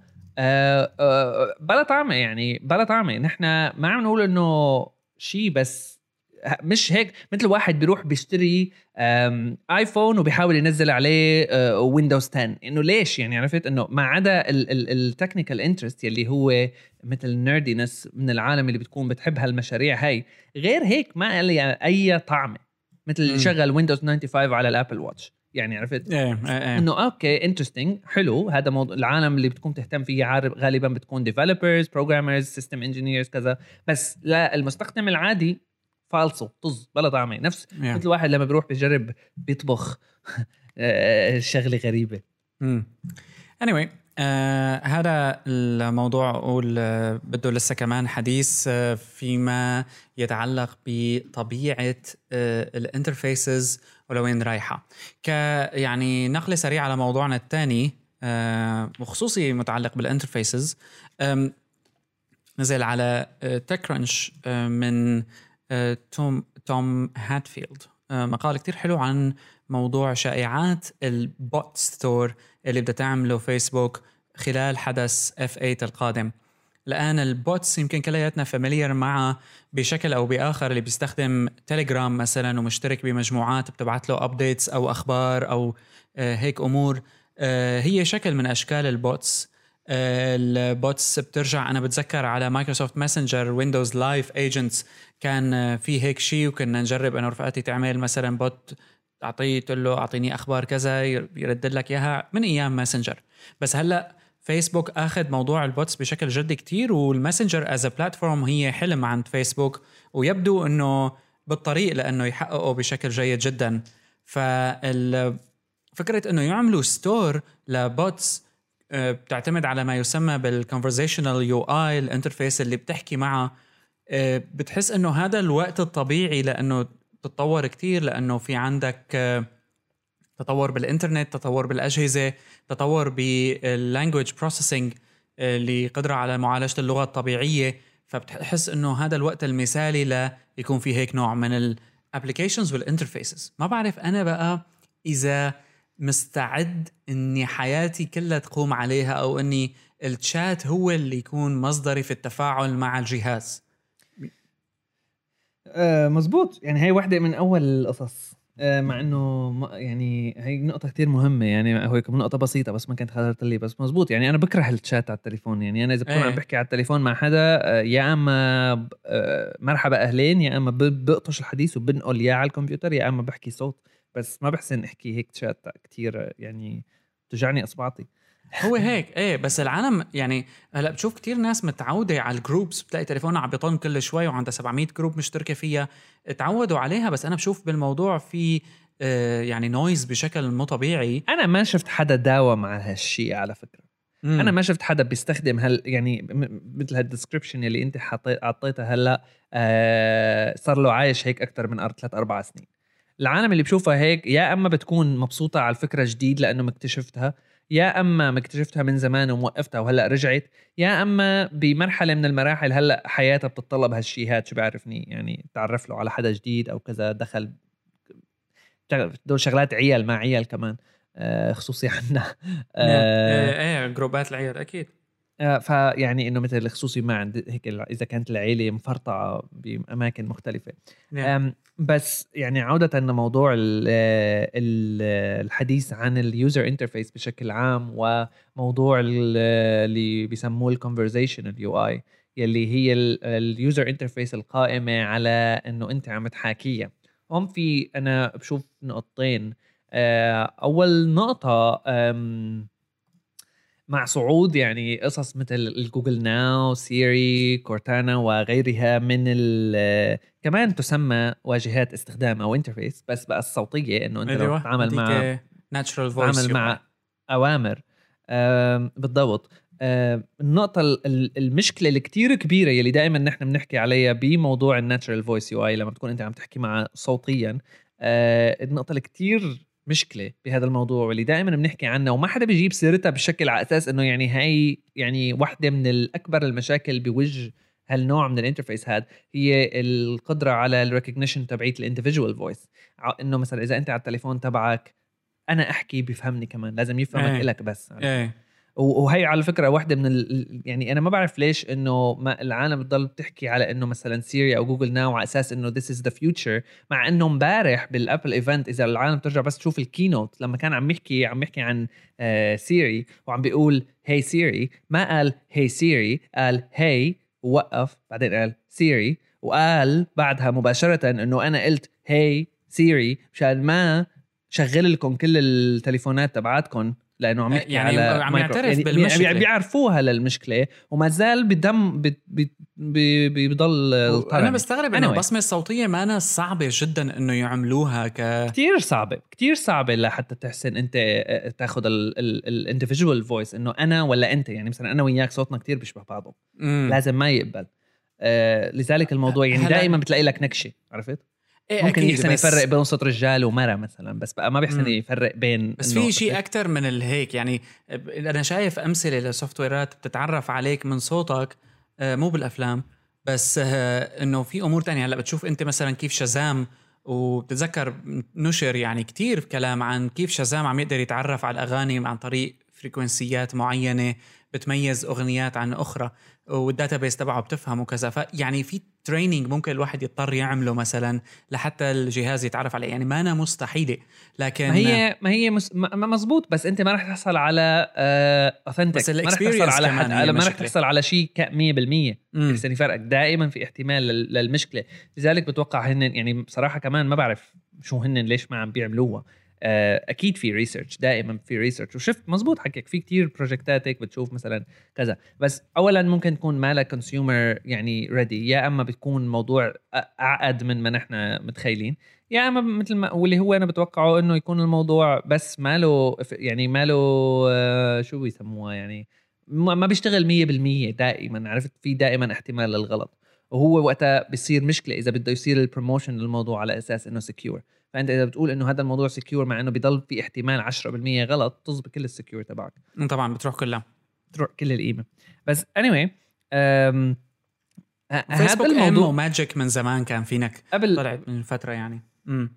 بلا طعمه، يعني بلا طعمه. نحن ما عم نقول انه شيء، بس مش هيك مثل واحد بيروح بيشتري ايفون وبيحاول ينزل عليه ويندوز عشرة. انه ليش يعني عرفت انه ما عدا التكنيكال انترست يلي هو مثل نيردينس من العالم اللي بتكون بتحب هالمشاريع هاي، غير هيك ما لي اي طعمه. مثل اللي شغل ويندوز خمسة وتسعين على الابل واتش يعني عرفت ايه ايه انه اوكي انترستينج حلو. هذا موضوع العالم اللي بتكون تهتم فيه عارف غالبا بتكون ديفلوبرز بروجرامرز سيستم انجينيرز كذا، بس لا المستخدم العادي فالصو طز بلا طعمه. نفس yeah. مثل واحد لما بيروح بيجرب بيطبخ شغله غريبه. امم anyway آه هذا الموضوع أقول آه بده لسه كمان حديث آه فيما يتعلق بطبيعة آه الانترفيسز ولوين رايحة. ك يعني نقلة سريعة على موضوعنا الثاني آه وخصوصي متعلق بالانترفيسز. نزل على آه تكرنش آه من آه توم توم هاتفيلد آه مقال كتير حلو عن موضوع شائعات البوت ستور اللي بدها تعمله فيسبوك خلال حدث إف ثمانية القادم. الآن البوتس يمكن كلياتنا فاميليار معه بشكل أو بآخر، اللي بيستخدم تيليجرام مثلا ومشترك بمجموعات بتبعت له أبديتس أو أخبار أو آه هيك أمور، آه هي شكل من أشكال البوتس. آه البوتس بترجع، أنا بتذكر على مايكروسوفت ماسنجر ويندوز لايف ايجنتس كان آه في هيك شيء، وكنا نجرب أنا ورفقاتي تعمل مثلا بوت أعطيه تقول له أعطيني أخبار كذا يرد لك إياها من أيام ماسنجر. بس هلأ فيسبوك أخذ موضوع البوتس بشكل جدي كتير، والماسنجر as a platform هي حلم عند فيسبوك، ويبدو أنه بالطريق لأنه يحققه بشكل جيد جدا. ففكرة أنه يعملوا ستور لبوتس بتعتمد على ما يسمى بالconversational يو آي الانترفيس اللي بتحكي معه، بتحس أنه هذا الوقت الطبيعي لأنه تتطور كتير، لأنه في عندك تطور بالإنترنت، تطور بالأجهزة، تطور باللانجويج بروسيسنج اللي قدرة على معالجة اللغة الطبيعية. فبتحس إنه هذا الوقت المثالي لا يكون فيه هيك نوع من الابليكيشنز والانترفيسز. ما بعرف أنا بقى إذا مستعد إني حياتي كلها تقوم عليها، أو إني الشات هو اللي يكون مصدري في التفاعل مع الجهاز. آه مزبوط، يعني هي واحدة من أول القصص، آه مع إنه يعني هي نقطة كتير مهمة. يعني هو كم نقطة بسيطة بس ما كانت خطرت لي، بس مزبوط. يعني أنا بكره الشات على التليفون. يعني أنا إذا بكون عم بحكي على التليفون مع حدا، آه يا أما آه مرحبا أهلين، يا أما بقطش الحديث وبنقل يا على الكمبيوتر، يا أما بحكي صوت. بس ما بحسن أحكي هيك شات كتير، يعني تجعني أصبعتي. هو هيك ايه. بس العالم يعني هلا بتشوف كتير ناس متعوده على الجروبس، بتلاقي تليفونها عم بيطن كل شوي وعندها سبعمية جروب مشتركه فيها، تعودوا عليها. بس انا بشوف بالموضوع في آه يعني نويز بشكل مو طبيعي. انا ما شفت حدا داوم على هالشيء على فكره. مم. انا ما شفت حدا بيستخدم هال يعني مثل هالديسكريبشن اللي انت حطيتها هلا. آه صار له عايش هيك اكثر من ثلاث أربع سنين. العالم اللي بشوفها هيك يا اما بتكون مبسوطه على الفكره جديد لانه مكتشفتها، يا اما مكتشفتها من زمان وموقفتها وهلا رجعت، يا اما بمرحله من المراحل هلا حياتها بتتطلب هالشيء. هاد شو بعرفني يعني تعرف له على حدا جديد او كذا، دخل دول شغلات عيال مع عيال كمان، آه خصوصي عنا آه ايه ايه جروبات العيال اكيد. آه فيعني انه مثل خصوصي ما عند هيك اذا كانت العيله مفرطعه باماكن مختلفه. بس يعني عوده لموضوع الحديث عن اليوزر انترفيس بشكل عام، وموضوع اللي بيسموه الكونفرزيشنال يو اي يلي هي اليوزر انترفيس القائمه على انه انت عم تحاكيها. هم في أنا بشوف نقطتين. أول نقطة مع صعود يعني قصص مثل الجوجل ناو، سيري، كورتانا وغيرها من كمان تسمى واجهات استخدام أو انترفيس، بس بقى الصوتية إنه أنت لو تتعامل مع natural voice تتعامل مع أوامر. بالضبط. آه النقطة المشكلة الكتير كبيرة يلي دائما نحن بنحكي عليها بموضوع الناتشرال فويس يو اي، لما تكون انت عم تحكي مع صوتيا، آه النقطة الكتير مشكلة بهذا الموضوع اللي دائما بنحكي عنها وما حدا بيجيب سيرتها بشكل على اساس انه يعني هاي يعني واحدة من الاكبر المشاكل بوجه هالنوع من الانترفيس هاد، هي القدرة على الريكوجنيشن تبعية الانديفيدوال فويس. انه مثلا اذا انت على التليفون تبعك انا احكي بيفهمني كمان، لازم يفهمك ايه. إلك بس. ايه. وهي على فكره واحده من ال... يعني انا ما بعرف ليش انه ما العالم بتضل بتحكي على انه مثلا سيري او جوجل ناو على اساس انه this is the future، مع انه امبارح بالابل ايفنت اذا العالم ترجع بس تشوف الكينوت لما كان عم يحكي عم يحكي عن آه سيري وعم بيقول هي سيري، ما قال هي سيري، قال هي ووقف بعدين قال سيري، وقال بعدها مباشره انه انا قلت هي سيري مشان ما شغل لكم كل التليفونات تبعاتكم، لانه عم يحكي يعني على عم يعترف يعني بالمشكله، بيعرفوها للمشكله وما زال بدم بيضل الطرن. انا بستغرب انه البصمه الصوتيه ما أنا صعبه جدا انه يعملوها ك كتير صعبه كتير صعبه لحتى تحسن انت تاخذ الانديفيدوال فويس انه انا ولا انت، يعني مثلا انا وياك صوتنا كتير بيشبه بعضه، مم. لازم ما يقبل آه لذلك الموضوع يعني دائما بتلاقي لك نكشه، عرفت؟ إيه ممكن يحسن يفرق بين صوت رجال ومرأة مثلا، بس بقى ما بيحسن مم. يفرق بين بس في شيء أكتر من الهيك. يعني أنا شايف أمثلة لسوفتويرات بتتعرف عليك من صوتك، مو بالأفلام بس، إنه في أمور تانية. هلأ بتشوف أنت مثلا كيف شازام، وبتتذكر نشر يعني كتير كلام عن كيف شازام عم يقدر يتعرف على الأغاني عن طريق فريكونسيات معينة بتميز أغنيات عن أخرى، والداتابيس تبعه بتفهم وكذا. فيعني في تريننج ممكن الواحد يضطر يعمله مثلا لحتى الجهاز يتعرف عليه، يعني ما أنا مستحيلة. لكن ما هي ما هي مس... ما مزبوط، بس أنت ما رح تحصل على أوثنتيك، بس ما رح تحصل على حد، ما رح تحصل على شيء مية بالمية. يحسن يفرقك دائما في احتمال للمشكلة. لذلك بتوقع هن يعني بصراحة كمان ما بعرف شو هن ليش ما عم بيعملوها. اكيد في ريسيرش، دائما في ريسيرش، وشفت مزبوط حكيك في كتير بروجكتاتك بتشوف مثلا كذا، بس اولا ممكن تكون مالا كونسيومر يعني ريدي، يا اما بتكون موضوع اعقد من ما نحن متخيلين، يا اما مثل ما واللي هو انا بتوقعه انه يكون الموضوع بس ماله يعني ماله شو بيسموها يعني ما بيشتغل مية بالمية دائما، عرفت؟ في دائما احتمال للغلط، وهو وقتها بيصير مشكله اذا بده يصير البروموشن للموضوع على اساس انه سكيور. فانت اذا بتقول انه هذا الموضوع سكيور مع انه بيضل في احتمال عشرة بالمية غلط، تزبط كل السكيور تبعك، طبعا بتروح كلها، تروح كل القيمه. بس anyway أم... فيسبوك ام وماجيك من زمان كان فينك قبل طلعت من فتره يعني. امم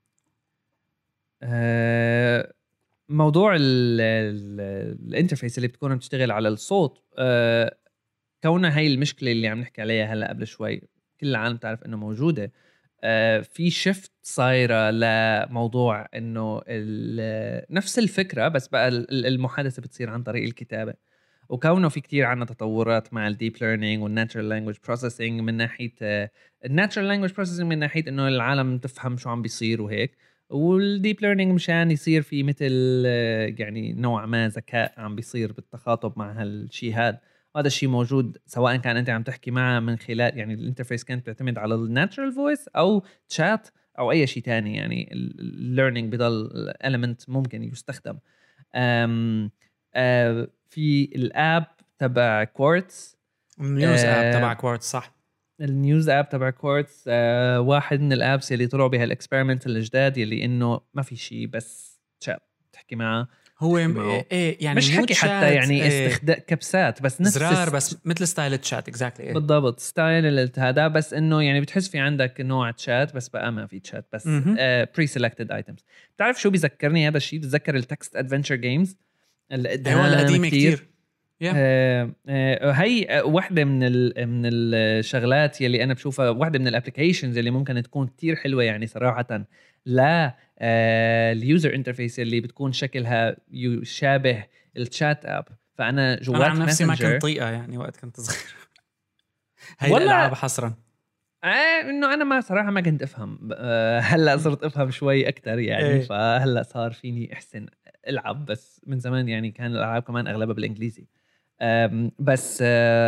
أه... موضوع الانترفيس اللي بتكون بتشتغل على الصوت، أه... كونها هاي المشكله اللي عم نحكي عليها هلا قبل شوي، كل العالم تعرف انه موجوده. آه في شفت صايرة لموضوع انه نفس الفكرة، بس بقى المحادثة بتصير عن طريق الكتابة، وكونه في كتير عنا تطورات مع الديب ليرنينج والناتشرال لانجويج بروسيسنج من ناحية الناتشرال لانجويج بروسيسنج من ناحية انه العالم تفهم شو عم بيصير وهيك، والديب ليرنينج مشان يصير في مثل يعني نوع ما ذكاء عم بيصير بالتخاطب مع هالشي هاد. هذا الشيء موجود سواء كان انت عم تحكي معه من خلال يعني الانترفيس كانت تعتمد على الناتشرال فويس او تشات او اي شيء تاني، يعني الليرنينج بضل element ممكن يستخدم. أم أم في الاب تبع كوارتز، النيوز اب تبع كوارتز، صح؟ النيوز اب تبع كوارتز أه واحد من الابس اللي طلعوا بها الاكسبيرمنت الجداد، يلي انه ما في شيء بس تشات تحكي معه، هو ايه يعني مش حكي حتى يعني إيه استخدام كبسات، بس نفس زرار بس مثل ستايل تشات اكزاكتلي exactly. بالضبط ستايل هذا، بس انه يعني بتحس في عندك نوع تشات بس بقى ما في تشات، بس بري سيلكتد ايتمز. بتعرف شو بيذكرني هذا الشيء؟ بتذكر التكست ادفنتشر جيمز القديمه كتير. yeah. آه آه هي واحدة من من الشغلات يلي أنا بشوفها، واحدة من الابليكيشنز اللي ممكن تكون كتير حلوة يعني صراحة، لا آه اليوزر انترفيس اللي بتكون شكلها يشابه الشات اب. فأنا جوات أنا عن نفسي ماسنجر ما كنت طيقة يعني وقت كنت صغير هاي الألعاب حصرا آه إنه أنا ما صراحة ما كنت أفهم، آه هلأ صرت أفهم شوي أكتر يعني إيه. فهلأ صار فيني أحسن ألعب، بس من زمان يعني كان الألعاب كمان أغلبها بالإنجليزي. بس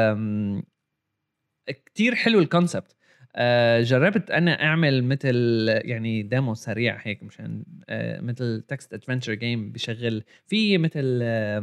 كتير حلو الكونسبت. جربت أنا أعمل مثل يعني ديمو سريع هيك مشان مثل تكست ادفنتشر جيم بشغل في مثل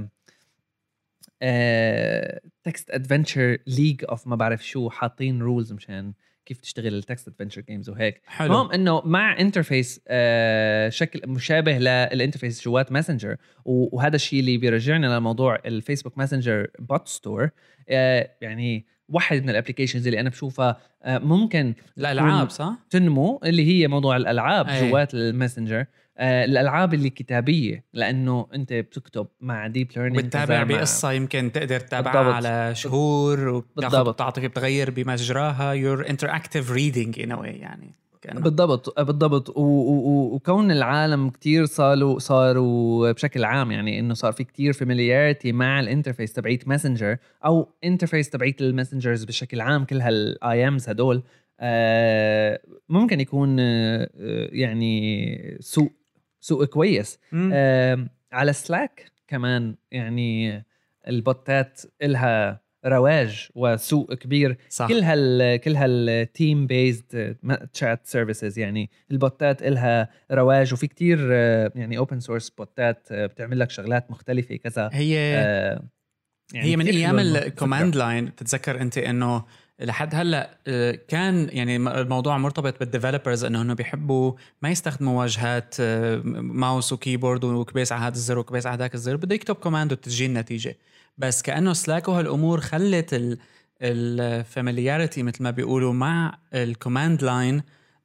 تكست ادفنتشر ليج اوف ما بعرف شو، حاطين رولز مشان كيف تشتغل التكست ادفنتشر جيمز وهيك. المهم انه مع انترفيس آه شكل مشابه للانترفيس جوات ماسنجر، وهذا الشيء اللي بيرجعنا لموضوع الفيسبوك ماسنجر بوت ستور. آه يعني واحد من الابلكيشنز اللي انا بشوفها ممكن الالعاب صح تنمو اللي هي موضوع الالعاب أي. جوات الماسنجر. آه الالعاب اللي كتابيه لانه انت بتكتب مع ديب ليرنينج وتتابع بقصه يمكن تقدر تتابعها على شهور وتاخذ بتعطيك بتغير بمجراها يور انتراكتيف ريدنج ان واي يعني كأنه. بالضبط بالضبط وكون العالم كتير صاروا صاروا بشكل عام يعني انه صار في كتير فاميلياريتي مع الانترفيس تبعيت ماسنجر او انترفيس تبعيت الماسنجرز بشكل عام كل هالاي امز هدول آه ممكن يكون آه يعني سوق سوق كويس. آه على سلاك كمان يعني البوتات إلها رواج وسوق كبير صح. كل هال كل هالتيم بيزد تشات سيرفيسز يعني البوتات إلها رواج وفي كتير يعني اوبن سورس بوتات بتعمل لك شغلات مختلفة كذا. هي آه يعني هي من ايام الكوماند لاين بتتذكر انت انه لحد هلا كان يعني الموضوع مرتبط بالديفلوبرز انه انه بيحبوا ما يستخدموا واجهات ماوس وكيبورد وكبيس على هذا الزر وكبيس على ذاك الزر، بده يكتب كوماند وتجي النتيجه. بس كانه سلاك وهالامور خلت الفاميلياريتي مثل ما بيقولوا مع الكوماند لاين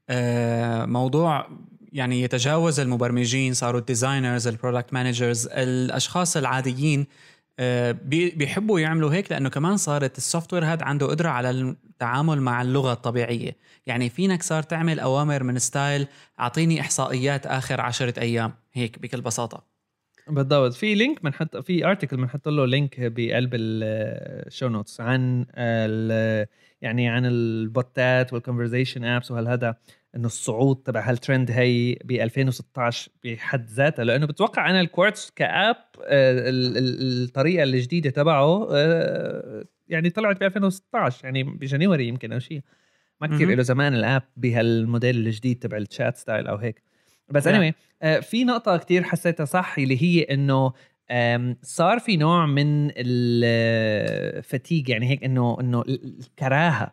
موضوع يعني يتجاوز المبرمجين، صاروا الديزاينرز البرودكت مانجرز الاشخاص العاديين بيحبوا يعملوا هيك، لأنه كمان صارت السوفتوير هذا عنده قدرة على التعامل مع اللغة الطبيعية. يعني فينك صار تعمل أوامر من ستايل أعطيني إحصائيات آخر عشرة أيام هيك بكل بساطة. بالضبط. في لينك بنحط في ارتكل بنحط له لينك بقلب الشو نوتس عن يعني عن البوتات والكونفرزيشن ابس وهالهذا، انه الصعود تبع هالترند هي ب ألفين وستة عشر بحد ذاتها، لانه بتوقع انا الكوارتز كاب الطريقه الجديده تبعه يعني طلعت ب ألفين وستة عشر يعني بجانيوري يمكن او شيء ما كثير له زمان الاب بهالموديل الجديد تبع الشات ستايل او هيك. بس anyway في نقطه كتير حسيتها صح اللي هي انه صار في نوع من الفتيج يعني هيك انه انه الكراهه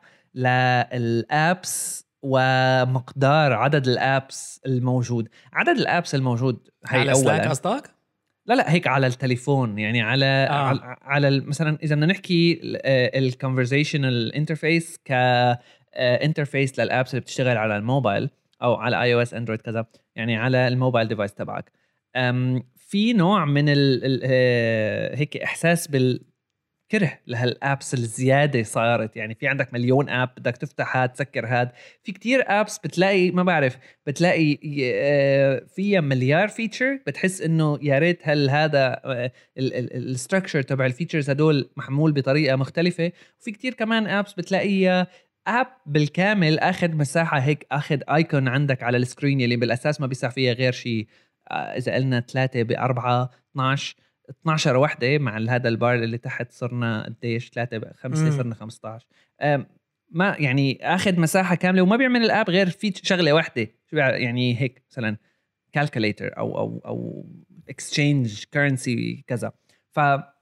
للابس ومقدار عدد الابس الموجود. عدد الابس الموجود هي على سلاك قصدك؟ لا لا هيك على التليفون يعني على آه. على, على مثلا اذا بدنا نحكي الكونفرزيشنال انترفيس كانترفيس للابس اللي بتشتغل على الموبايل او على اي او اس اندرويد كذا، يعني على الموبايل ديفايس تبعك في نوع من ال هيك احساس بال كره لهالابس الزياده صارت. يعني في عندك مليون اب بدك تفتح هاد تسكر هاد، في كتير ابس بتلاقي ما بعرف بتلاقي فيها مليار فيتشر، بتحس انه يا ريت هل هذا الستراكشر تبع الفيتشرز هدول محمول بطريقه مختلفه. وفي كتير كمان ابس بتلاقيها اب بالكامل اخذ مساحه هيك اخذ ايكون عندك على السكرين اللي بالاساس ما بيسع فيها غير شيء اذا قلنا ثلاثة بأربعة اثناشر اثناشر وحده مع هذا البار اللي تحت صرنا قديش ثلاثة خمسة صرنا خمسة عشر. ما يعني اخذ مساحه كامله وما بيعمل الاب غير في شغله واحده يعني هيك مثلا كالكوليتر او او او اكسشينج كرنسي كذا. ف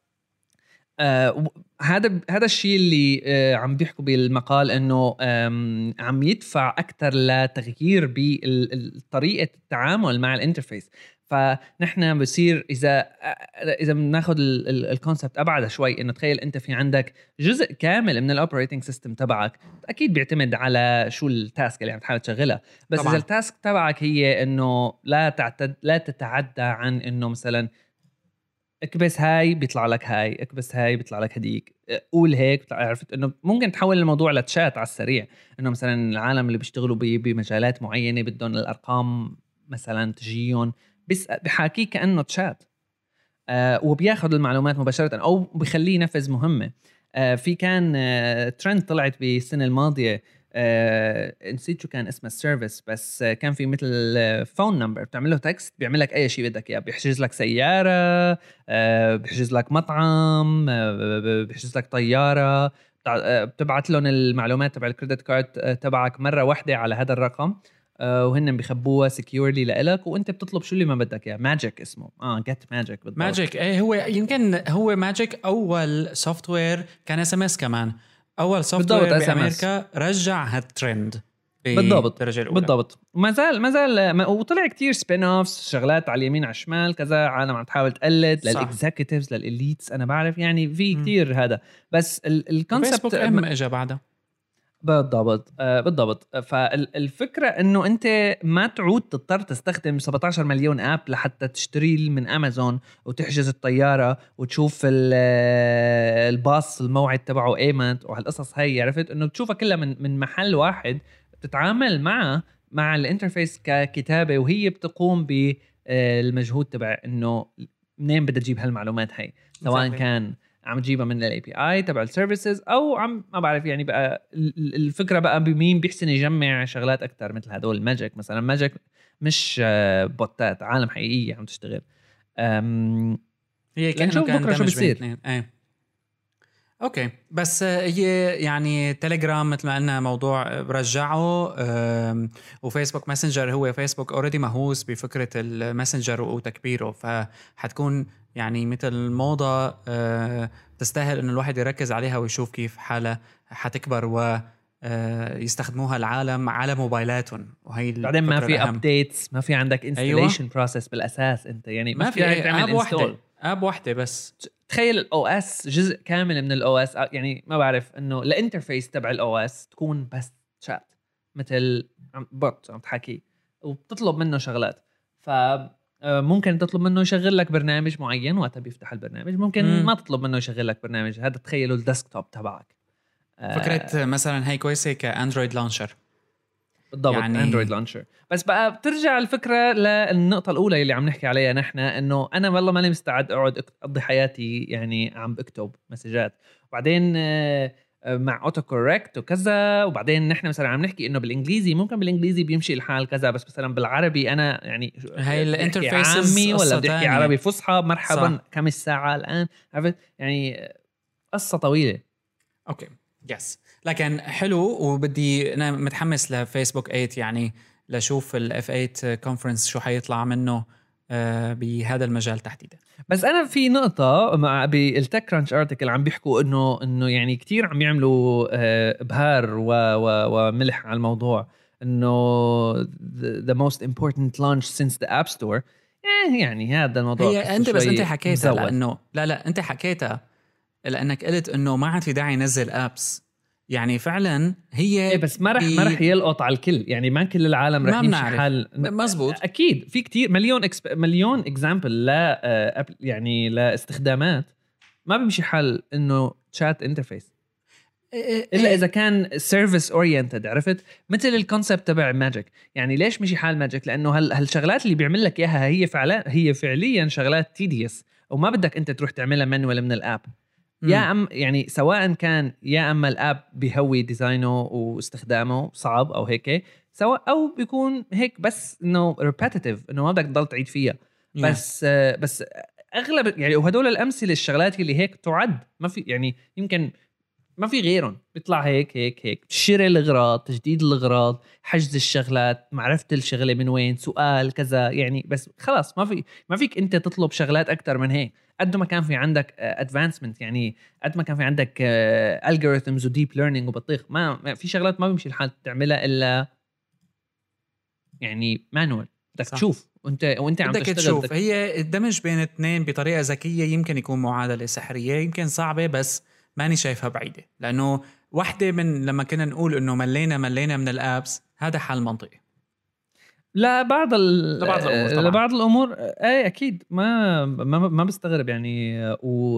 آه هذا هذا الشيء اللي آه عم بيحكوا بالمقال انه عم يدفع اكثر لتغيير بطريقه التعامل مع الانترفيس. فنحن بصير اذا اذا بناخذ الكونسبت ابعد شوي، انه تخيل انت في عندك جزء كامل من الاوبريتنج سيستم تبعك اكيد بيعتمد على شو التاسك اللي عم تحاول تشغلها، بس طبعاً. اذا التاسك تبعك هي انه لا تعتد لا تتعدى عن انه مثلا اكبس هاي بيطلع لك هاي، اكبس هاي بيطلع لك هديك، قول هيك، عرفت انه ممكن تحول الموضوع لتشات على السريع، انه مثلا العالم اللي بيشتغلوا بمجالات معينه بدهم الارقام مثلا تجيهم بس بحاكيه كانه تشات آه وبياخذ المعلومات مباشره او بخليه ينفذ مهمه. آه في كان آه ترند طلعت بالسنه الماضيه آه نسيت شو كان اسمه السيرفيس، بس آه كان في مثل فون نمبر بتعمل له تكست بيعمل لك اي شيء بدك اياه، بيحجز لك سياره آه بيحجز لك مطعم آه بيحجز لك طياره، بتبعت لهم المعلومات تبع الكريدت كارد تبعك مره واحده على هذا الرقم آه وهن بيخبوها سكيورلي لإلك وانت بتطلب شو اللي ما بدك اياه. ماجيك اسمه اه جيت ماجيك بالضبط. ماجيك ايه هو يمكن هو ماجيك اول سوفت وير كان اس ام اس كمان، اول سوفت وير بامريكا رجع هالترند بالضبط بالدرجه الاولى. بالضبط. ما زال ما زال ما وطلع كتير سبين اوفس شغلات على اليمين على الشمال كذا، عالم عم تحاول تقلد للاكزيكتيفز للاليتس. انا بعرف يعني في كتير هذا، بس الكونسبت فيسبوك ام اجى بعدها. بالضبط آه بالضبط. فالفكره انه انت ما تعود تضطر تستخدم سبعتاشر مليون اب لحتى تشتري من امازون وتحجز الطياره وتشوف الباص الموعد تبعه ايمنت وهالقصص هاي. عرفت انه بتشوفها كلها من من محل واحد، بتتعامل مع مع الانترفيس ككتابه، وهي بتقوم بالمجهود تبع انه منين بدها تجيب هالمعلومات هاي، سواء كان عم تجيبها من الاي بي اي تبع السيرفيسز او عم ما بعرف. يعني بقى الفكره بقى بمين بيحسن يجمع شغلات اكثر مثل هدول ماجيك مثلا. ماجيك مش بوتات، عالم حقيقيه عم تشتغل. هي كأنه كان بكره شو بيصير. ايه اوكي، بس هي يعني تليجرام مثل ما قلنا موضوع برجعه، وفيسبوك ماسنجر هو فيسبوك اوريدي مهووس بفكره الماسنجر وتكبيره، فحتكون يعني مثل موضه تستاهل انه الواحد يركز عليها ويشوف كيف حالها حتكبر و يستخدموها العالم على موبايلاتهم. وهي بعدين ما في ابديتس، ما في عندك انستليشن أيوة. بروسيس بالاساس. انت يعني ما في اب واحده اب واحده بس. تخيل الاو اس جزء كامل من الاو اس، يعني ما بعرف انه الانترفيس تبع الاو اس تكون بس شات مثل بوت عم تحكي وبتطلب منه شغلات. ف ممكن تطلب منه يشغل لك برنامج معين وقتها بيفتح البرنامج، ممكن مم. ما تطلب منه يشغل لك برنامج. هذا تخيلوا الديسكتوب تبعك. فكرة آه مثلا هي كويسة كاندرويد لانشر. بالضبط يعني اندرويد لانشر. بس بقى بترجع الفكره للنقطه الاولى اللي عم نحكي عليها نحن، انه انا والله ماني مستعد اقعد اقضي حياتي يعني عم بكتب مسجات وبعدين مع اوتو كوركت وكذا، وبعدين نحن مثلا عم نحكي انه بالانجليزي ممكن بالانجليزي بيمشي الحال كذا، بس مثلا بالعربي انا يعني هاي الانترفيسز عامي ولا بدي احكي عربي فصحى مرحبا صح. كم الساعه الان؟ عرفت يعني قصه طويله. اوكي يس، لكن حلو. وبدي انا متحمس لفيسبوك ثمانية يعني لشوف الاف ثمانية كونفرنس شو حيطلع منه آه بهذا المجال تحديدا. بس انا في نقطه مع بالتك كرانش ارتكل عم بيحكوا انه انه يعني كتير عم يعملوا آه ابهار و و وملح على الموضوع، انه the, the most important launch since the app store. إيه يعني هذا الموضوع هي انت بس انت حكيتها لانه لا لا انت حكيتها لانك قلت انه ما عاد في داعي ينزل ابس. يعني فعلا هي إيه بس ما رح ما رح يلقط على الكل، يعني ما كل العالم رح يمشي حال. مزبوط اكيد في كتير مليون إكسب... مليون اكزامبل لا يعني لاستخدامات ما بيمشي حال انه تشات انترفيس الا اذا كان سيرفيس اورينتد. عرفت مثل الكونسبت تبع ماجيك. يعني ليش مشي حال ماجيك؟ لانه هال هالشغلات اللي بيعمل لك اياها هي فعلا هي فعليا شغلات تيديس وما بدك انت تروح تعملها مانوال من الاب. يا أم يعني سواء كان يا أما الاب بيهوي ديزاينه واستخدامه صعب او هيك، سواء او بيكون هيك بس انه ريبيتيتيف انه ما بدك تضل تعيد فيها. yeah. بس آه بس اغلب يعني وهدول الامثله الشغلات اللي هيك تعد ما في يعني يمكن ما في غيرهم. بيطلع هيك هيك هيك شراء الاغراض، تجديد الاغراض، حجز الشغلات، معرفه الشغله من وين، سؤال كذا يعني. بس خلاص ما في ما فيك انت تطلب شغلات اكثر من هيك. قد ما كان في عندك ادفانسمنت يعني قد ما كان في عندك الجوريثمز وديب ليرنينج وبطيخ، ما في شغلات ما بيمشي الحال تعملها الا يعني مانوال. بدك تشوف وانت وانت عم تشتغل تشوف. هي الدمج بين اثنين بطريقه ذكيه يمكن يكون معادله سحريه، يمكن صعبه بس ماني شايفها بعيده. لانه واحده من لما كنا نقول انه ملينا ملينا من الابس هذا حل منطقي لا بعض ال لبعض الامور طبعا. لبعض الامور اي اكيد ما ما, ما بستغرب يعني. و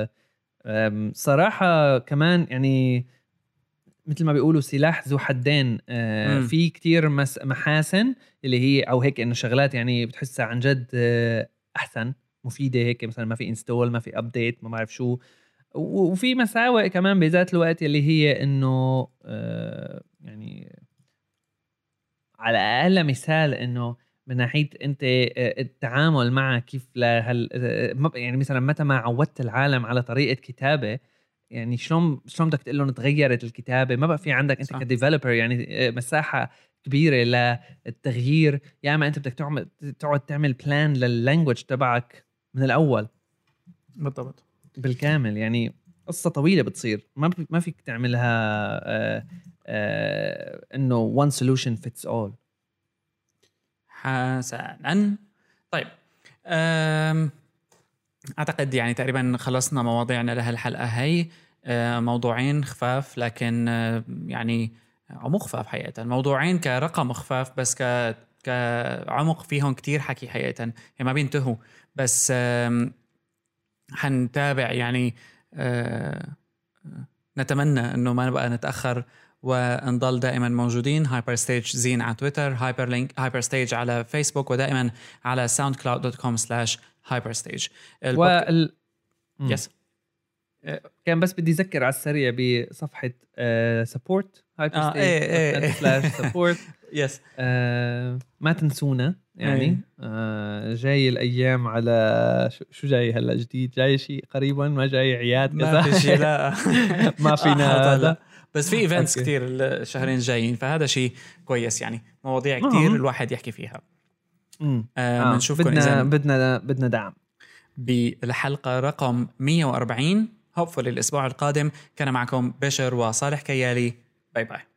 صراحه كمان يعني مثل ما بيقولوا سلاح ذو حدين. في كتير محاسن اللي هي او هيك انه شغلات يعني بتحسها عن جد احسن مفيده هيك، مثلا ما في انستول ما في ابديت ما بعرف شو. وفي مساوئ كمان بذات الوقت اللي هي انه يعني على اقل مثال انه من ناحيه انت التعامل مع كيف لهال يعني مثلا متى ما عودت العالم على طريقه كتابه، يعني شلون شلون بدك تقول لهم تغيرت الكتابه؟ ما بقى في عندك انت كديفلوبر يعني مساحه كبيره للتغيير. يا اما انت بدك تعمل تقعد تعمل بلان لللانجويج تبعك من الاول بالضبط بالكامل. يعني قصه طويله بتصير ما ما فيك تعملها آه انه one solution fits all. حسنا. طيب أم اعتقد يعني تقريبا خلصنا مواضيعنا لهالحلقه هي. موضوعين خفاف لكن يعني عمق خفاف حقيقه، موضوعين كرقم خفاف بس ك كعمق فيهم كتير حكي حقيقه، يعني ما بينتهوا. بس حنتابع يعني نتمنى انه ما نبقى نتاخر ونضل دائما موجودين. هايبر ستيج زين على تويتر، هايبر لينك هايبر ستيج على فيسبوك، ودائما على ساوند كلاود دوت كوم سلاش هايبر ستيج. وال... يس كان بس بدي أذكر على السريع بصفحة سبورت هايبر آه ستيج سلاش سبورت. يس ما تنسونا يعني. آه جاي الأيام على شو جاي هلا جديد؟ جاي شيء قريبا؟ ما جاي عياد؟ ما في شيء لا ما فينا هذا، بس في ايفنتس كتير الشهرين الجايين، فهذا شيء كويس يعني، مواضيع كتير الواحد يحكي فيها. آه بنشوفكم بدنا بدنا بدنا دعم بالحلقة رقم مية وأربعين هوبفully الأسبوع القادم. كان معكم بشر وصالح كيالي. باي باي.